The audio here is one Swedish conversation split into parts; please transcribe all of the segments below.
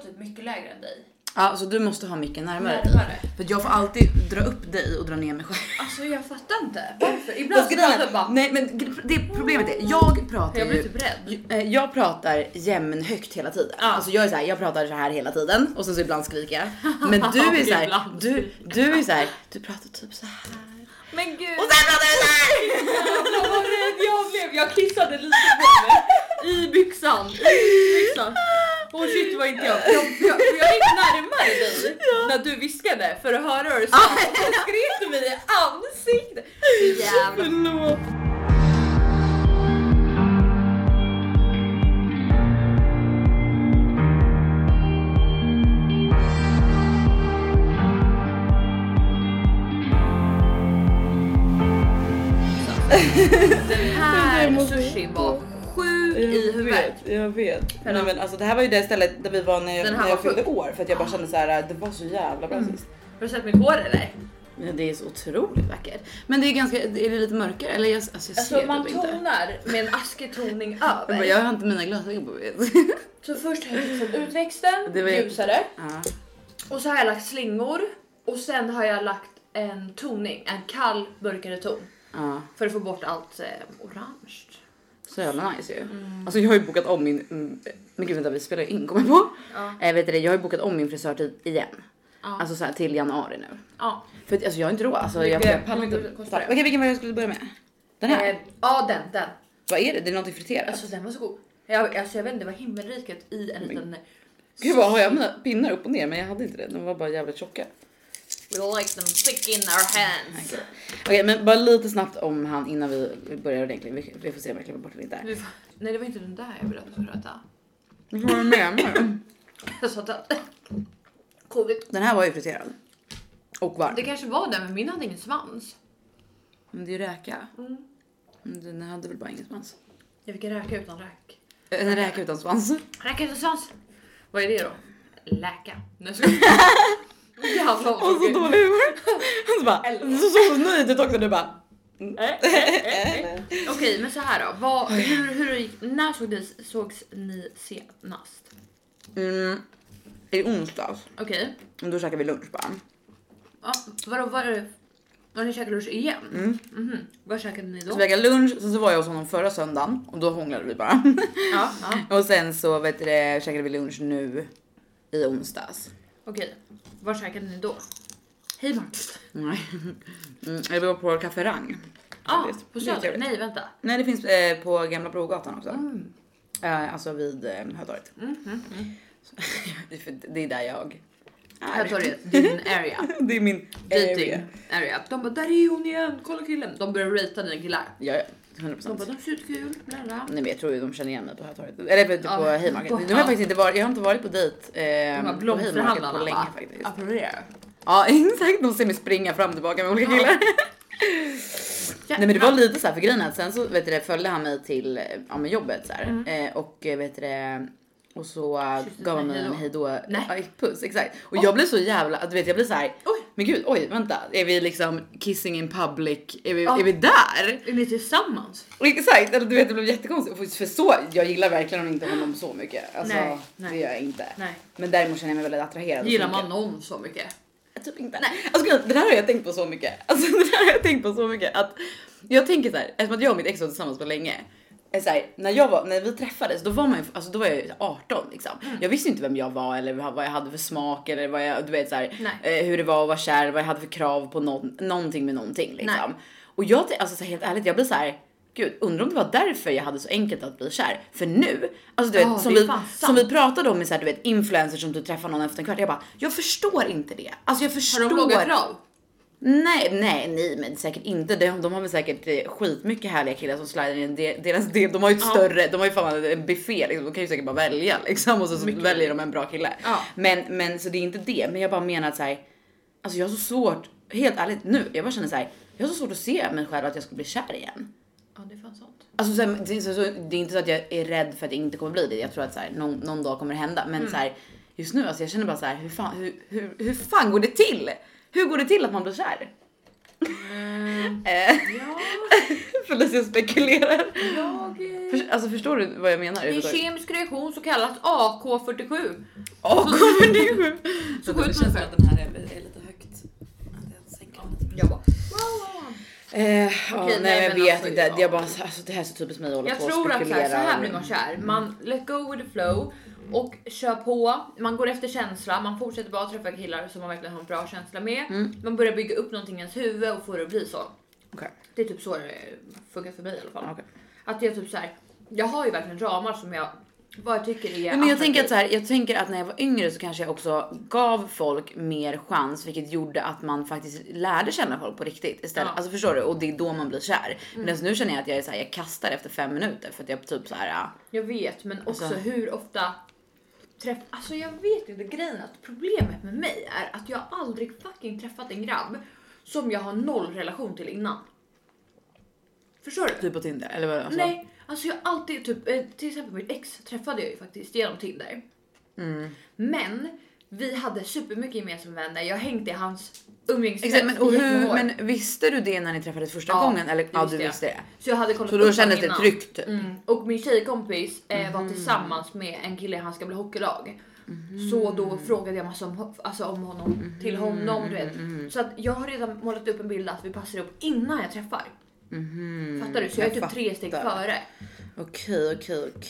typ mycket lägre än dig. Ja, så du måste ha mycket närmare. För jag får alltid dra upp dig och dra ner mig själv. Alltså jag fattar inte. Varför? Ibland ska jag bara... Nej, men det problemet är, jag pratar jag blir typ rädd. Jag pratar jämnhögt hela tiden. Alltså jag är så här, jag pratar så här hela tiden och sen så ibland skriker jag. Men du är så här, du är så här, du pratar typ så här. Men gud. Och sen pratar du så här. Vad rädd jag blev. Jag kissade lite på mig i byxan. Och shit, vad inte jag gick närmare dig när du viskade för att höra vad du sa. Och skrek du mig i ansiktet. Jävlar. Förlåt. Den här sushi var sjuk i huvudet. Jag vet. Nej, men alltså det här var ju det stället där vi var när jag fyllde år. För att jag bara kände så här, det var så jävla bra sist. Har du sett mitt hår eller? Ja, det är så otroligt vackert. Men det är ganska, är det lite mörkare? Eller jag ser man typ inte. tonar med en asketoning över. Jag har inte mina glasögon på mig. Så först har jag fixat utväxten, ljusare. Och så har jag lagt slingor. Och sen har jag lagt en toning, en kall mörkare ton. För att få bort allt orange. Så jävla nice ju. Alltså jag har ju bokat om min... Men gud vänta, vi spelar in, kommer på. Vet du det, jag har ju bokat om min frisörtid igen. Alltså så här, till januari nu. För att, alltså jag har inte råd. Alltså, jag pallar inte. Okej, vilken var jag skulle börja med? Den här? Ja, den. Vad är det? Det är något friterat. Alltså den var så god. Jag vet inte, det var himmelriket i en liten... Gud vad har jag mina pinnar upp och ner, men jag hade inte det. De var bara jävligt tjocka. We like them thick in our hands. Okej, men bara lite snabbt om han innan vi börjar ordentligt. Vi får se om jag klipper bort det lite. Nej, det var inte den där jag ville att du skulle äta. Vad var det med? Jag sa att covid. Den här var ju friterad. Och varm. Det kanske var den, men min hade ingen svans. Men det är ju räka. Den hade väl bara ingen svans. Jag fick en räka utan räk. En räka utan svans. Räka utan svans. Vad är det då? Läka. Jävlar. Och så dålig humor. Och så bara, så nöjd ut också, du bara. Okej, men så här då. När sågs ni senast? I onsdags. Okej. Och då käkade vi lunch bara. Ja, var ni käkade lunch igen? Vad käkade ni då? Så vi käkade lunch, så var jag hos honom förra söndagen. Och då hånglade vi bara. Och sen så käkade vi lunch nu i onsdags. Okej, vad käkade ni då? Haymarket? Nej. Jag var på Café Rang. På Söder? Nej, vänta. Nej, det finns på Gamla Brogatan också. Alltså vid Hötorget. Det är där jag är. Hötorget, din area. Det är min area. De bara, där är hon igen, kolla killen. De börjar ratea dina killar. Ja, 100%. De bara, de ser ut kul. Nej, men jag tror ju de känner igen mig på Hötorget. Eller på Haymarket. Nu har jag faktiskt inte varit, jag har inte varit på dejt på Haymarket på länge faktiskt. Applåderar. Ja, exakt. De ser mig springa fram och tillbaka med olika killar. Nej, men det var lite så här för grejen att sen så följde han mig till med jobbet så här. Och och så gav han mig en hejdå puss, exakt. Och jag blev så jävla, jag blev så här. Men gud, vänta. Är vi liksom kissing in public? Är vi där? Är ni tillsammans? Exakt, eller det blev jättekonstigt. För så, jag gillar verkligen inte honom så mycket. Alltså, nej. Det gör jag inte. Nej. Men däremot känner jag mig väldigt attraherad. Gillar man någon så mycket? Typ inte. Nej. Alltså det här har jag tänkt på så mycket. Att jag tänker så här, eftersom att jag och mitt ex var tillsammans på länge. Så här, när vi träffades, då var då var jag 18 liksom. Jag visste inte vem jag var eller vad jag hade för smak eller vad jag, så här, hur det var att vara kär, vad jag hade för krav på någonting med någonting liksom. Nej. Och jag alltså så helt ärligt, jag blir så här, gud, undrar om det var därför jag hade så enkelt att bli kär. För nu, alltså som vi pratade om med så här, influencers som du träffar någon efter en kvart. Jag bara, jag förstår inte det. Alltså jag förstår. Har de låga krav? Nej, men säkert inte. De har väl säkert skitmycket härliga killar som slider in deras del. De har ju ett större, de har ju fan en buffé liksom. De kan ju säkert bara välja liksom, och så väljer de en bra kille. Men så det är inte det. Men jag bara menar att så här, alltså jag har så svårt, helt ärligt nu, jag bara känner så här, jag har så svårt att se mig själv att jag ska bli kär igen. Ja, det är fan sant. Alltså det är inte så att jag är rädd för att jag inte kommer bli det. Jag tror att så här, någon dag kommer det hända. Men så här, just nu, alltså jag känner bara så här, hur fan går det till? Hur går det till att man blir kär? Ja. Förlåt, jag spekulerar. Alltså förstår du vad jag menar? I kemisk reaktion så kallas AK47. AK47? men det är sjukt. Så gå ut det känns som att den här är lite högt. Jag bara, Okej, nej, jag vet inte. Jag bara, alltså, det här är så typiskt mig att hålla jag på och tror att spekulera. så här blir man kär. Man let go with the flow och kör på. Man går efter känsla. Man fortsätter bara träffa killar som man verkligen har en bra känsla med. Man börjar bygga upp någonting i ens huvud och får det att bli så. Okay. Det är typ så det funkar för mig i alla fall. Okay. Att jag typ så här, jag har ju verkligen ramar som vad jag tycker är. Men jag tänker att så här, jag tänker att när jag var yngre så kanske jag också gav folk mer chans, vilket gjorde att man faktiskt lärde känna folk på riktigt istället. Alltså förstår du? Och det är då man blir kär. Men nu känner jag att jag är så här, jag kastar efter 5 minuter för att jag typ så här. Jag vet, men också hur ofta alltså jag vet inte, grejen att problemet med mig är att jag aldrig fucking träffat en grabb som jag har 0 relation till innan. Förstår du? Typ på Tinder eller vad? Alltså. Nej, alltså jag har alltid typ till exempel mitt ex träffade jag ju faktiskt genom Tinder. Men vi hade supermycket gemensamma vänner. Jag hängde i hans umgängeskrets. Men visste du det när ni träffades första gången eller du visste det? Så jag hade kollat. Så då kändes det tryggt. Och min tjejkompis var tillsammans med en kille i hans gamla hockeylag. Så då frågade jag massa om honom till honom, du vet. Så att jag har redan målat upp en bild att vi passar upp innan jag träffar. Fattar du? Så jag är typ 3 steg före. Okej.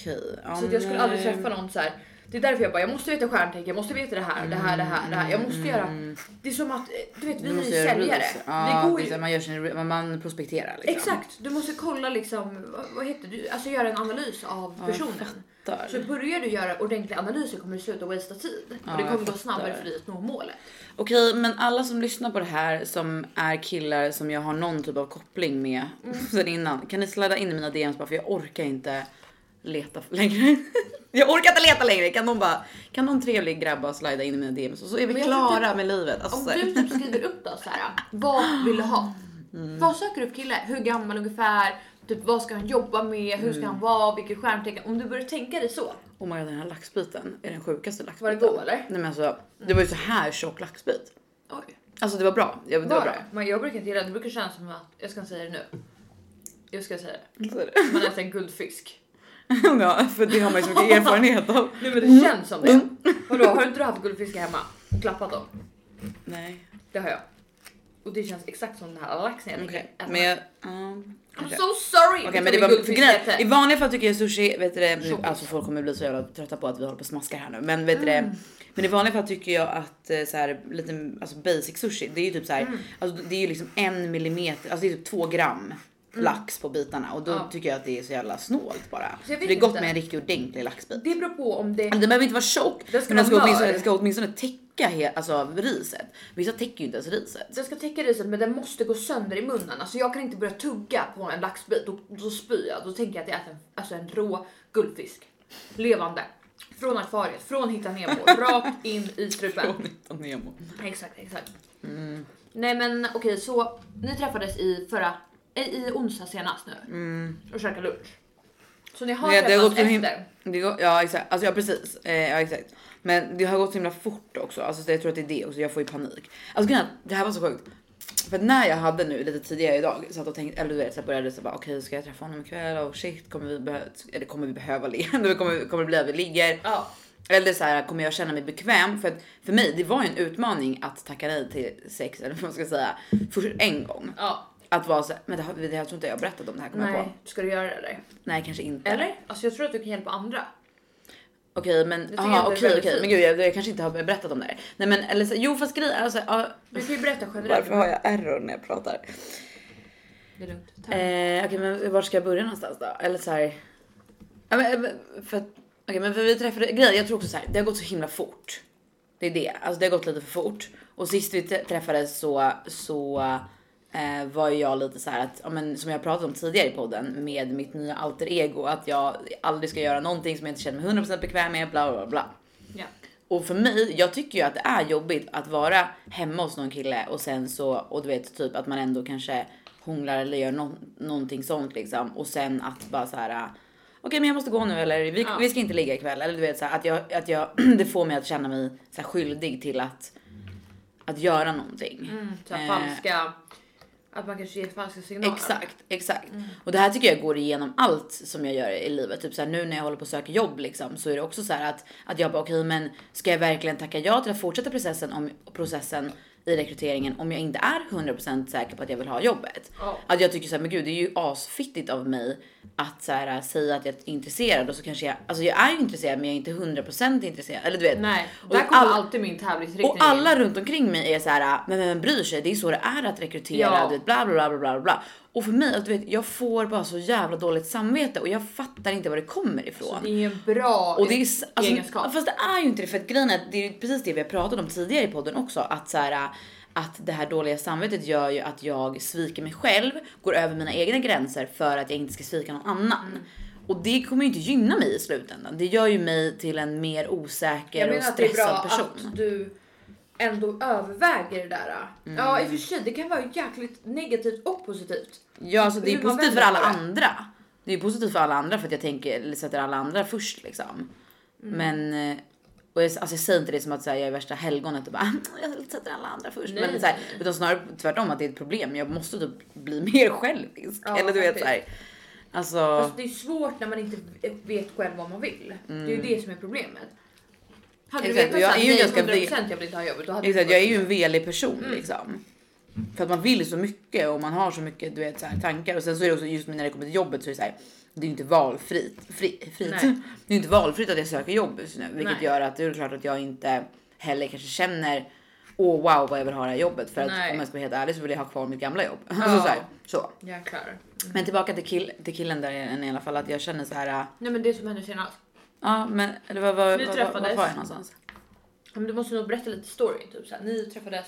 Så att jag skulle aldrig träffa någon så här. Det är därför jag bara, jag måste veta stjärntecken, jag måste veta det här. Jag måste göra. Det är som att, du vet, vi är säljare. Vi går ju, man prospekterar liksom. Exakt, du måste kolla liksom, vad heter du? Alltså göra en analys av personen. Så börjar du göra ordentliga analyser kommer du sluta wastea tid. Och det kommer gå snabbare för dig att nå målet. Okej, men alla som lyssnar på det här som är killar som jag har någon typ av koppling med sen innan, kan ni sladda in i mina DMs bara, för jag orkar inte leta längre. Jag orkar inte leta längre. Kan någon trevlig grabba slida in i mina DMs och så är vi klara med livet. Alltså, om du typ skriver upp då så här, vad vill du ha? Vad söker du för kille? Hur gammal ungefär? Typ vad ska han jobba med? Hur ska han vara? Vilket stjärntecken? Om du börjar tänka dig så. Oh my god, den här laxbiten är den sjukaste laxbiten. Var det god eller? Nej men alltså, det var ju så här tjock laxbit. Oj. Alltså det var bra. Det var bra. Men jag brukar inte gilla det. Det brukar kännas som att, jag ska säga det nu. Jag ska säga det. Så är det. Man äter en guldfisk. Ja, för det har man ju så mycket erfarenhet av. Nej men det känns som det. Vadå, har du inte haft guldfiskar hemma och klappat dem? Nej. Det har jag. Och det känns exakt som den här laxen. Okej, men jag... I'm so sorry. Okej, men det var grej. I vanliga fall tycker jag sushi, vet du det, alltså folk kommer bli så jävla trötta på att vi håller på och smaskar här nu, men vet du det, men i vanliga fall tycker jag att så här lite alltså basic sushi, det är ju typ så här, alltså det är ju liksom 1 millimeter, alltså det är typ 2 gram lax på bitarna och då tycker jag att det är så jävla snålt bara. Så det är gott med en riktigt ordentlig laxbit. Det beror på om det... Det behöver inte vara tjock, men det ska åtminstone täcka alltså riset. Vissa täcker ju inte ens riset. Den ska täcka riset, men den måste gå sönder i munnen. Alltså jag kan inte börja tugga på en laxbit, då spyr jag. Då tänker jag att jag äter en rå guldfisk. Levande. Från akvariet, från Hitta Nemo, rakt in i strupen. Från Hitta Nemo. Exakt. Nej men okej, så ni träffades i onsdag senast nu och käkade lunch. Så ni har träffats efter. Ja exakt, alltså ja precis. Ja exakt. Men det har gått så himla fort också. Alltså jag tror att det är det också. Jag får ju panik. Alltså det här var så sjukt. För när jag hade nu lite tidigare idag så att jag tänkte, eller du vet, så började så bara okej, ska jag träffa honom ikväll och shit, kommer vi behöva ligga? kommer det bli att vi ligger? Ja. Eller så här, kommer jag känna mig bekväm? För mig, det var ju en utmaning att tacka nej till sex, eller vad man ska säga, först en gång. Ja. Att vara så, men jag tror inte jag har berättat om det här, kommer jag på. Ska du göra det eller? Nej, kanske inte. Eller? Alltså jag tror att du kan hjälpa andra. Okej, men okej. Men gud, jag kanske inte har berättat om det här. Nej, men eller så, jo fast grejer alltså, du kan ju berätta generellt. Varför har jag error när jag pratar? Det är lugnt. Okej, men var ska jag börja någonstans då? Eller så här. Ja, men för vi träffade grejer. Jag tror också så här, det har gått så himla fort. Det är det. Alltså det har gått lite för fort. Och sist vi träffades så var jag lite så här att, ja, men, som jag pratat om tidigare i podden med mitt nya alter ego, att jag aldrig ska göra någonting som jag inte känner mig 100% bekväm med, bla bla bla. Ja. Och för mig, jag tycker ju att det är jobbigt att vara hemma hos någon kille och sen så, och du vet typ att man ändå kanske hånglar eller gör någonting sånt liksom, och sen att bara så här, okej, men jag måste gå nu, eller vi ska inte ligga ikväll, eller du vet så här, att jag det får mig att känna mig så här skyldig till att göra någonting. Så falska, Att man kanske ger falska signaler. Exakt. Och det här tycker jag går igenom allt som jag gör i livet. Typ så här, nu när jag håller på att söka jobb liksom, så är det också så här att jag bara okej, men ska jag verkligen tacka ja till att fortsätta processen i rekryteringen om jag inte är 100% säker på att jag vill ha jobbet. Att jag tycker så här, men gud, det är ju asfittigt av mig att så här, säga att jag är intresserad och så kanske jag är ju intresserad men jag är inte 100% intresserad, eller du vet. Nej, där kommer alltid min tävlingsriktning. Och alla runt omkring mig är så här, men bryr sig, det är så det är att rekrytera, du vet, bla bla bla bla bla. Och för mig, att du vet, jag får bara så jävla dåligt samvete och jag fattar inte var det kommer ifrån. Så det är en bra och det är, alltså, egenskap. Fast det är ju inte det, för att grejen är att det är precis det vi har pratat om tidigare i podden också, att så här, att det här dåliga samvetet gör ju att jag sviker mig själv, går över mina egna gränser för att jag inte ska svika någon annan. Och det kommer ju inte gynna mig i slutändan. Det gör ju mig till en mer osäker och stressad person. Jag menar att det är bra att du ändå överväger det där. Ja, i och för sig, det kan vara jäkligt negativt och positivt. Ja, alltså det är positivt för alla andra. Det är positivt för alla andra för att jag tänker, sätter alla andra först liksom. Men och jag säger inte det som att säga jag är värsta helgonet och bara jag sätter alla andra först. Nej, men så här, utan snarare tvärtom att det är ett problem. Jag måste typ bli mer självisk. Ja, eller du vet så här. Alltså, fast det är svårt när man inte vet själv vad man vill. Det är ju det som är problemet. Hade du vetat jag är ju ganska 100% jag vill inte ha jobbet, då hade exakt, jag är ju en velig person liksom. För att man vill så mycket och man har så mycket, du vet, så här, tankar. Och sen så är det också just när det kommer till jobbet så är det så här, det är ju inte valfritt. Det är ju inte valfritt att jag söker jobb just nu, vilket gör att det är klart att jag inte heller kanske känner wow vad jag vill ha det här jobbet, för att om jag ska vara helt ärlig så vill jag ha kvar mitt gamla jobb. Alltså så. Jäklar. Men tillbaka till killen där i alla fall, att jag känner så här. Nej, men det som hände senast. Ja, men eller vad var jag någonstans? Men du måste nog berätta lite story typ så här. Ni träffades.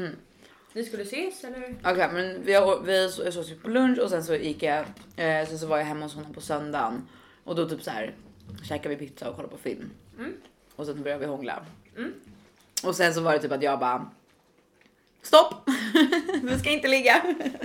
Ni skulle ses eller? Okej, men vi sågs på lunch och sen så gick jag sen så var jag hemma hos honom på söndagen och då typ så här käkade vi pizza och kollade på film. Och sen började vi hångla. Och sen så var det typ att jag bara stopp. Vi ska inte ligga.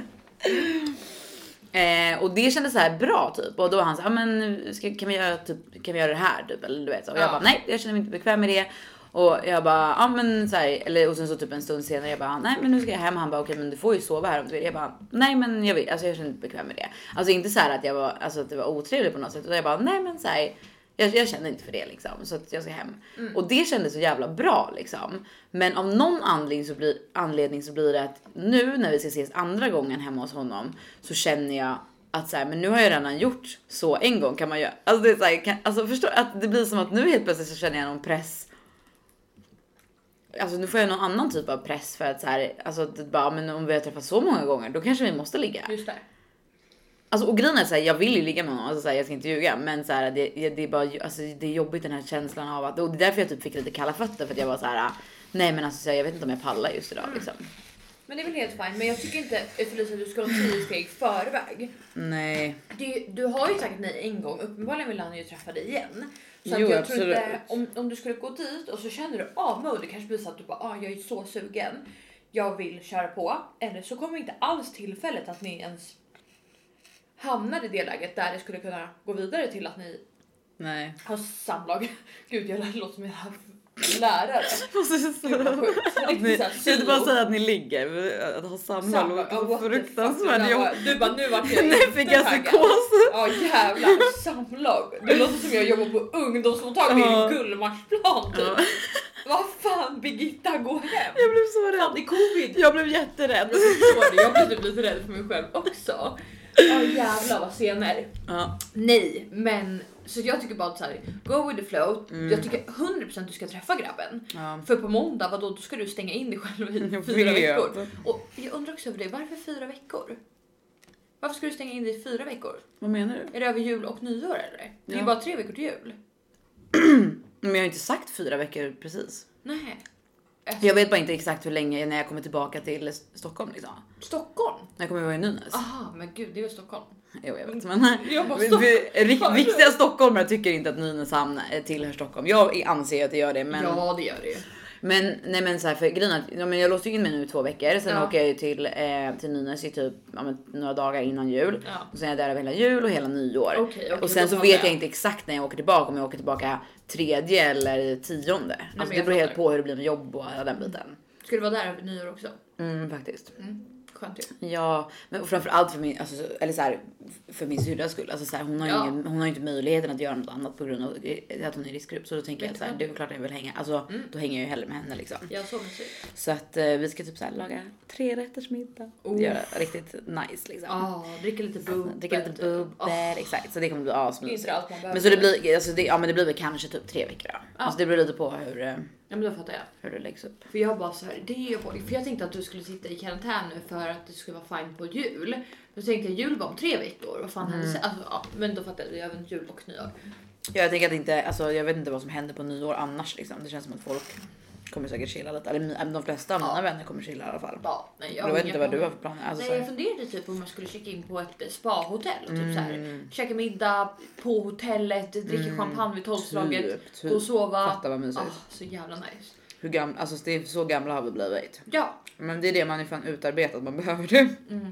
Och det kändes så här bra typ, och då var han så här, men kan vi göra det här typ, eller du vet så. Och jag bara nej, jag känner mig inte bekväm med det. Och jag bara ja men så här, eller och sen så typ en stund senare jag bara nej men nu ska jag hem. Han bara okej, men du får ju sova här om du vill. Jag bara nej men jag vill, alltså jag känner mig inte bekväm med det. Alltså inte så här att jag var, alltså att det var otrevligt på något sätt, utan jag bara nej men så här, jag känner inte för det liksom, så att jag ska hem. Och det kändes så jävla bra liksom. Men av någon anledning så blir det att nu när vi ska ses andra gången hemma hos honom så känner jag att så här, men nu har jag redan gjort så en gång, kan man göra. Alltså det är så här, alltså förstå att det blir som att nu helt plötsligt så känner jag någon press. Alltså nu får jag någon annan typ av press för att så här, alltså det bara, men om vi har träffats så många gånger då kanske vi måste ligga. Just det. Alltså och grejen är så här, jag vill ju ligga med honom, alltså så här, jag ska inte ljuga, men så här, det är bara, alltså det är jobbigt den här känslan av att, och det är därför jag typ fick lite kalla fötter, för att jag var så här, nej men alltså så här, jag vet inte om jag pallar just idag liksom. Men det är väl helt fint, men jag tycker inte Felicia, att du ska ha 10 steg förväg. Nej. Du har ju sagt nej en gång, uppenbarligen vill han ju träffa dig igen. Så jo, att jag absolut. tror inte, om du skulle gå dit och så känner du det kanske blir så att du bara jag är så sugen, jag vill köra på, eller så kommer inte alls tillfället att ni ens hamnar i det läget där det skulle kunna gå vidare till att ni har samlag. Gud, jag låter som jag lärare. Jag vill bara säga att ni ligger, att ha samlag låter fruktansvärt. Du bara, nu vart jag nu fick jag psykos. Ja jävlar, samlag. Det låter som jag jobbar på ungdomsmottagning i Gullmarsplan typ. Vad fan, Birgitta, gå hem. Jag blev så rädd. Fan, det är covid. Jag blev jätterädd. Jag blev typ lite rädd för mig själv också. Jävlar vad scener. Nej, men så jag tycker bara så här, go with the flow. Jag tycker 100% du ska träffa grabben. För på måndag, då ska du stänga in dig själv i 4 veckor. Och jag undrar också över det, varför 4 veckor? Varför ska du stänga in dig i 4 veckor? Vad menar du? Är det över jul och nyår eller? Det är ju bara 3 veckor till jul. Men jag har inte sagt 4 veckor precis. Nej. Jag vet bara inte exakt hur länge när jag kommer tillbaka till Stockholm liksom. Stockholm? Jag kommer vara i Nynäs. Aha, men gud, det är ju Stockholm. Jo, jag vet. Men viktiga stockholmare tycker inte att Nynäshamn tillhör Stockholm. Jag anser att det gör det. Men... Ja, det gör det ju. Men nej, men så här, för grejen men jag låste in mig nu i 2 veckor. Sen åker jag ju till Nynäs i typ några dagar innan jul. Och sen är jag där över hela jul och hela nyår. Okay, och sen så vet jag inte exakt när jag åker tillbaka. Om jag åker tillbaka 3:e eller 10:e. Alltså det beror helt på hur det blir med jobb och hela den biten. Ska du vara där över nyår också? Faktiskt. Skönt ju. Ja, men framförallt för min, alltså, eller så här, för min syrras skull. Alltså, så här, hon har ju inte möjligheten att göra något annat på grund av att hon är i riskgrupp. Så då tänker jag så här, det är klart jag vill hänga. Alltså, då hänger jag ju hellre med henne liksom. Ja, så mysigt. Så att vi ska typ så här laga 3-rätters middag. Göra riktigt nice liksom. Dricka lite bubbel. Dricka lite bubbel, exakt. Så det kommer bli asmysigt. Inte allt man behöver. Men så det blir, alltså men det blir väl kanske typ 3 veckor då. Alltså det beror lite på hur, ja, men då fattar jag. hur det läggs upp. För jag bara så här, det är jag på. För jag tänkte att du skulle sitta i karantän nu för att det skulle vara fine på jul. Då tänkte jag jul var om 3 veckor. Vad fan hände sen? Alltså, ja, men då fattade jag även jul och nyår. Jag tänker att inte, alltså jag vet inte vad som händer på nyår annars liksom. Det känns som att folk kommer säkert chilla lite. Eller de flesta av mina vänner kommer chilla i alla fall. Ja, nej, jag vet inte vad du har för planer. Alltså, nej, jag funderade typ om man skulle checka in på ett spa-hotell. Typ så här, käka middag på hotellet, dricka champagne vid 12-slaget, gå och sova. Fatta vad mysigt. Så jävla nice. Hur gamla, alltså det är så gamla har vi blivit. Ja. Men det är det man är fan utarbetat, man behöver det.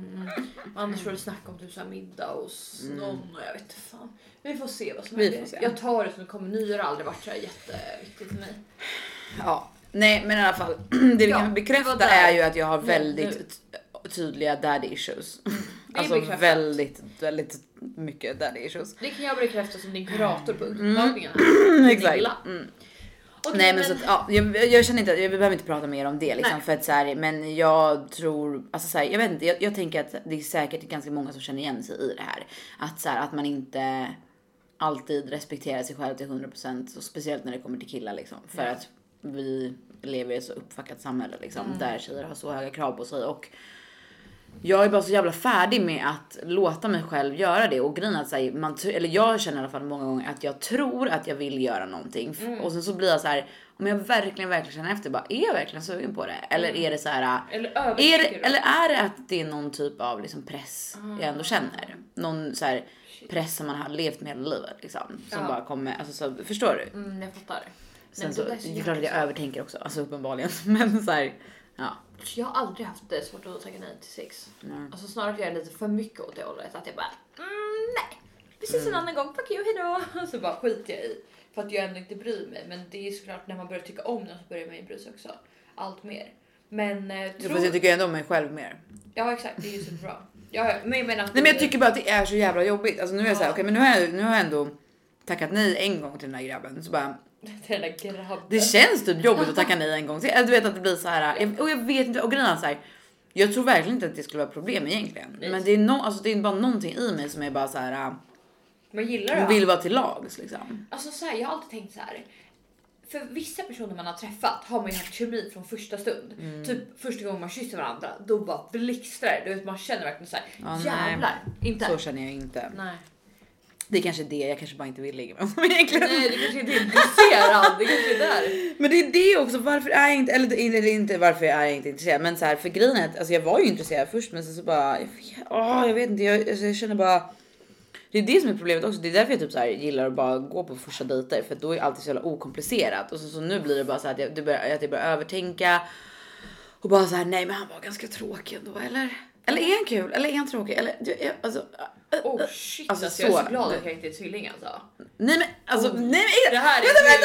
Annars får du snacka om typ så här middag hos någon och jag vet inte fan. Vi får se vad som Vi händer. får se. Jag tar det som det kommer. Nyår har aldrig varit så här jätteviktigt för mig. Ja, nej men i alla fall. Det vi kan bekräfta är ju att jag har väldigt tydliga daddy issues. Alltså väldigt, väldigt mycket daddy issues. Det kan jag bekräfta som din kurator på upptagningen. Exakt. Okay, nej men så att, ja, jag känner inte att vi behöver inte prata mer om det liksom, för att så här, men jag tror alltså så här, jag vet inte, jag tänker att det är säkert ganska många som känner igen sig i det här att så här, att man inte alltid respekterar sig själv till 100% och speciellt när det kommer till killar liksom, för att vi lever i ett så uppfackat samhälle liksom, där tjejer har så höga krav på sig och jag är bara så jävla färdig med att låta mig själv göra det och grejen att säga eller jag känner i alla fall många gånger att jag tror att jag vill göra någonting och sen så blir jag så här om jag verkligen känner efter bara är jag verkligen sugen på det eller är det så här eller är det att det är någon typ av liksom press jag ändå känner någon så här press som man har levt med hela livet liksom som bara kommer alltså så förstår du? Jag fattar. Sen så det är klart att jag övertänker också alltså uppenbarligen men så här ja. Jag har aldrig haft det svårt att tacka nej till sex. Alltså snarare att jag är lite för mycket åt det hållet. Att jag bara, nej. Vi ses en annan gång, fuck you, hejdå. Så bara skiter jag i. För att jag ändå inte bryr mig. Men det är såklart när man börjar tycka om den så börjar man ju bry sig också. Allt mer. Men jag tycker ändå om mig själv mer. Ja exakt, det är ju superbra. Men jag tycker bara att det är så jävla jobbigt. Alltså nu är jag så här, okej, men nu har jag ändå tackat nej en gång till den där grabben. Så bara det känns typ jobbigt att tacka nej en gång till. Du vet att det blir så här och jag vet inte och grejen så här. Jag tror verkligen inte att det skulle vara problem egentligen. Nej. Men det är alltså det är bara någonting i mig som är bara så här man gillar det. Vill vara till lags liksom. Alltså så här, jag har alltid tänkt så här. För vissa personer man har träffat har man ju haft kemi från första stund. Typ första gången man kysser varandra då bara blixtrar. Du vet man känner verkligen så här jävlar. Inte. Så känner jag inte. Nej. Det är kanske det, jag kanske bara inte vill ligga med honom egentligen. Nej, det kanske inte är intresserad, det kanske är där. Men det är det också, varför är jag inte, eller det är inte varför är jag inte intresserad. Men så här, för grejen är, alltså jag var ju intresserad först men sen så bara, jag vet inte, jag känner bara. Det är det som är problemet också, det är därför jag typ så här gillar att bara gå på första dejter. För då är allt så jävla okomplicerat. Och så nu blir det bara så att jag börjar övertänka. Och bara så här, nej men han var ganska tråkig ändå, eller? Eller är han kul? Eller är han tråkig? Eller, alltså, oh shit, alltså jag är så glad att jag inte är tvilling alltså. Nej men alltså, nej men det här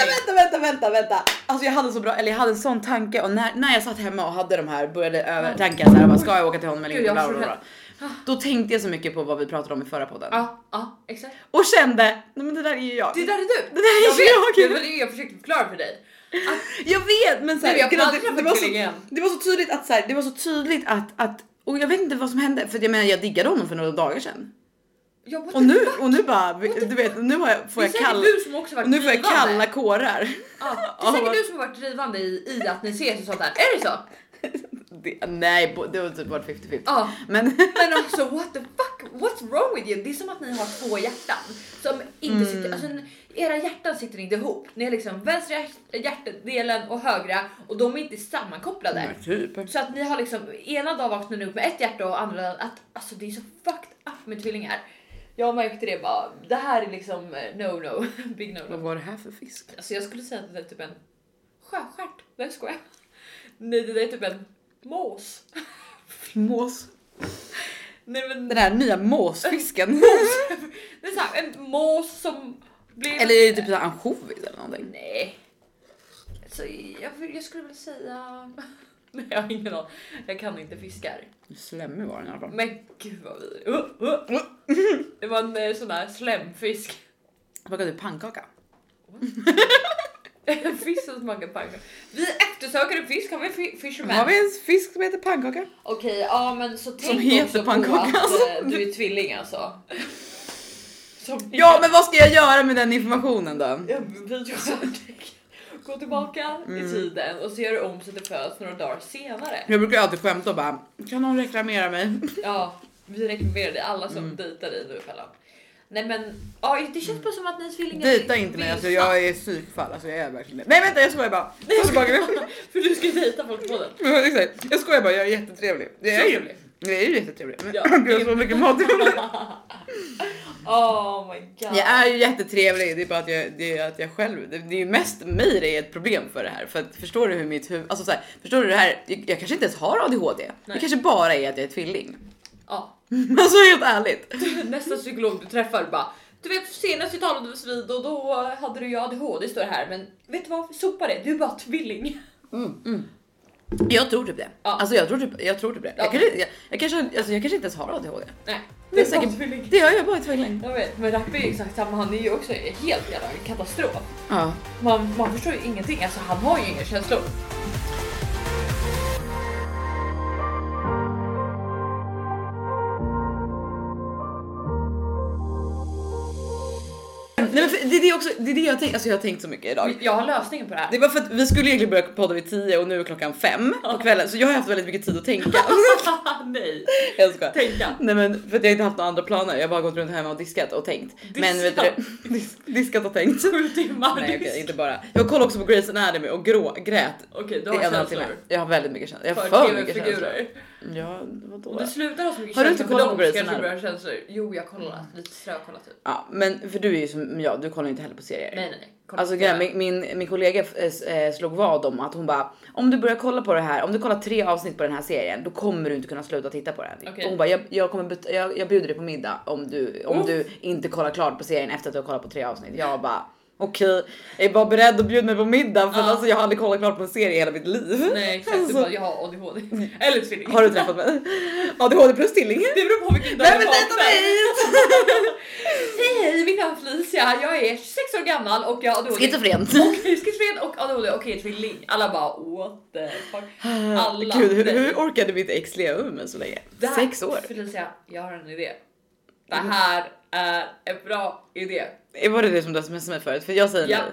är vänta. Alltså jag hade så bra, eller jag hade en sån tanke. Och när jag satt hemma och hade de här, började övertänka så här, vad ska jag åka till honom eller inte? Bla, bla, bla. Då tänkte jag så mycket på vad vi pratade om i förra podden. Ja, exakt. Och kände, nej men det där är ju jag. Det där är du. Det där är jag. Det var det jag försökte förklara för dig. Jag vet, men så här, det var så tydligt att så här, det var så tydligt att och jag vet inte vad som hände för jag menar jag diggade honom för några dagar sedan. Ja, och nu bara du vet nu får jag kalla kårar. Ja, det är säkert du som har varit drivande i att ni ses och sånt där. Är det så? Nej, det var typ bara 50-50. Ja. Men alltså what the fuck? What's wrong with you? Det är som att ni har 2 hjärtan som inte sitter, alltså era hjärtan sitter inte ihop. Ni är liksom vänstra hjärtdelen och högra och de är inte sammankopplade. Typ. Så att ni har liksom ena dag vaknar ni upp med ett hjärta och andra att alltså det är så fucked up med tvillingar. Jag märkte det bara. Det här är liksom no big no. Vad var det här för fisk? Alltså jag skulle säga att det är typ en sjöstjärt. Nej, skojar. Nej, det är typ en mås. Mås. Nej, men den här nya måsfisken. Det är så här, en mås som blir. Eller är det typ så ansjovis eller någonting? Nej. Så jag skulle vilja säga Nej, jag har ingen aning. Jag kan inte fiskar. Slämmig var den i alla fall. Men gud vad det var en sån här slemfisk. Smakade du pannkaka? En fisk som smakar pannkaka. Vi eftersöker en fisk, har vi fisherman? Har vi en fisk som heter pannkaka? Okej, ja men så tänk heter också pannkaka, på att alltså. du är tvilling alltså. Ja, men vad ska jag göra med den informationen då? Gå tillbaka i tiden och så gör du om så att det föds några dagar senare. Jag brukar alltid skämta och bara, kan någon reklamera mig? Ja, vi rekommenderar det alla som dejtar dig nu Fällan. Nej men, ja det känns bara som att ni tvillingar Dejta inte mig, alltså jag är psykfall, alltså jag är verkligen det. Nej vänta, jag skojar bara. För du ska dejta folk på den. Ja, exakt. Jag skojar bara, jag är jättetrevlig. Jag är ju jättetrevlig. Men Ja. jag har så mycket mat i munnen. Oh my god. Jag är ju jättetrevlig, det är bara att jag själv, det är ju mest mig det är ett problem för det här. För att förstår du hur mitt huvud, alltså så här, förstår du det här, jag kanske inte ens har ADHD. Nej. Det kanske bara är att jag är tvilling. Ja. Alltså helt ärligt. Nästa psykolog du träffar bara, du vet senast vi talade vid och då hade du ju ADHD står det här, men vet du vad, sopa det, du är bara tvilling. Jag tror typ det. Ja. Alltså jag tror typ det. Ja. Jag kanske inte ens har ADHD. Nej, Det är bara säkert, tvilling. det gör jag bara tvilling. Jag vet, men Rappi är exakt samma, han är ju också helt jävla katastrof. Ja. Man förstår ju ingenting, alltså han har ju inga känslor. Nej, men det är det jag tänkt, alltså jag har tänkt så mycket idag. Jag har lösningen på det här. Det var för att vi skulle egentligen börja podda vid 10 och nu är klockan 5 på kvällen, så jag har haft väldigt mycket tid att tänka. Nej. Jag ska Tänka. Nej men för att jag inte haft några andra planer. Jag har bara gått runt hemma och diskat och tänkt. Men vet du, diskat och tänkt. 7 timmar. Nej okej, inte bara. Jag kollade också på Grey's Anatomy och grät. Okej, du Det har är en känslor. timme. Jag har väldigt mycket känslor. Jag har För för mycket känslor. TV-figurer. Ja, vadå? Om du slutar ha så mycket Har du inte känslor kollat för på dem Grey's så kanske du Anatomy? börjar känslor. Jo, jag kollar lite strökollat typ. Ja, men för du är ju som jag, du kollar inte heller på serier. Nej. Kolla Alltså på grejen, TV. min kollega slog vad om att hon bara, om du börjar kolla på det här, om du kollar 3 avsnitt på den här serien, då kommer du inte kunna sluta titta på den. Okej. Och hon bara, jag bjuder dig på middag om du inte kollar klart på serien efter att du har kollat på 3 avsnitt. Jag bara, okej, jag är bara beredd att bjuda mig på middag för att alltså, jag har aldrig kollat klart på en serie i hela mitt liv. Nej, exakt. Du bara, jag har ADHD. Eller tvilling. Har du träffat mig? ADHD plus tvilling? Det beror på vilken dag Nej du men dejta vaknar. Hej, mitt namn är Felicia. Jag är 26 år gammal och jag har ADHD. Schizofren. Schizofren och ADHD. Okej, tvilling. Alla bara, what the fuck. Alla. Gud, hur orkade mitt ex leva med mig så länge? Det här- 6 år. Felicia, jag har en idé. Det här är en bra idé. Var det som du smsade mig förut? För jag säger Ja.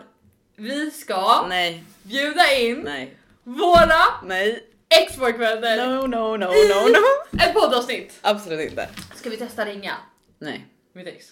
Vi ska nej. bjuda in Nej. våra Nej. ex-pojkvänner No. ett poddavsnitt. Absolut inte. Ska vi testa ringa Nej. mitt ex?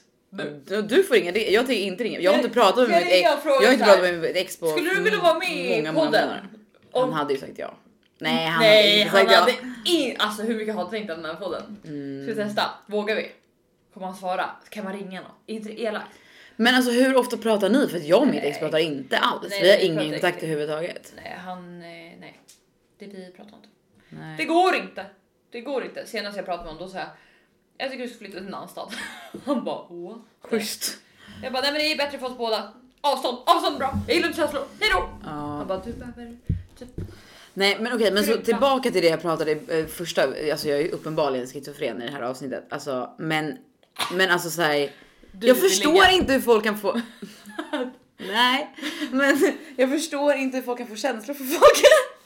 Du får ringa. Jag tänker inte ringa. Jag har inte pratat med Jag mitt ex. ringer och frågar Jag har inte så här. pratat med mitt ex på Skulle du vilja vara med i många podden? månader. Han hade ju sagt ja. Nej, han Nej, hade han inte sagt hade ja. alltså hur mycket har du tänkt om den här podden? Ska vi testa? Vågar vi? Kommer han svara? Kan man ringa någon? Är inte det elakt? Men alltså hur ofta pratar ni? För att jag och mitt ex Nej. pratar inte alls. Nej, Vi har vi ingen pratar kontakt inte. överhuvudtaget. Nej, nej. Det vi pratar inte. Nej. Det går inte. Det går inte. Senast jag pratade med honom då sa jag tycker du ska flytta till en annan stad. Han bara what? Schysst. Jag bara nej men det är bättre för oss båda. Avstånd bra. Jag gillar inte känslor. Hejdå. Ja. Han bara du behöver typ. Nej men okej, men så Förutom- tillbaka till det jag pratade första, alltså jag är ju uppenbarligen schizofren i det här avsnittet. Alltså men alltså så här, jag vill förstår ligga. inte hur folk kan få nej, men jag förstår inte hur folk kan få känslor för folk.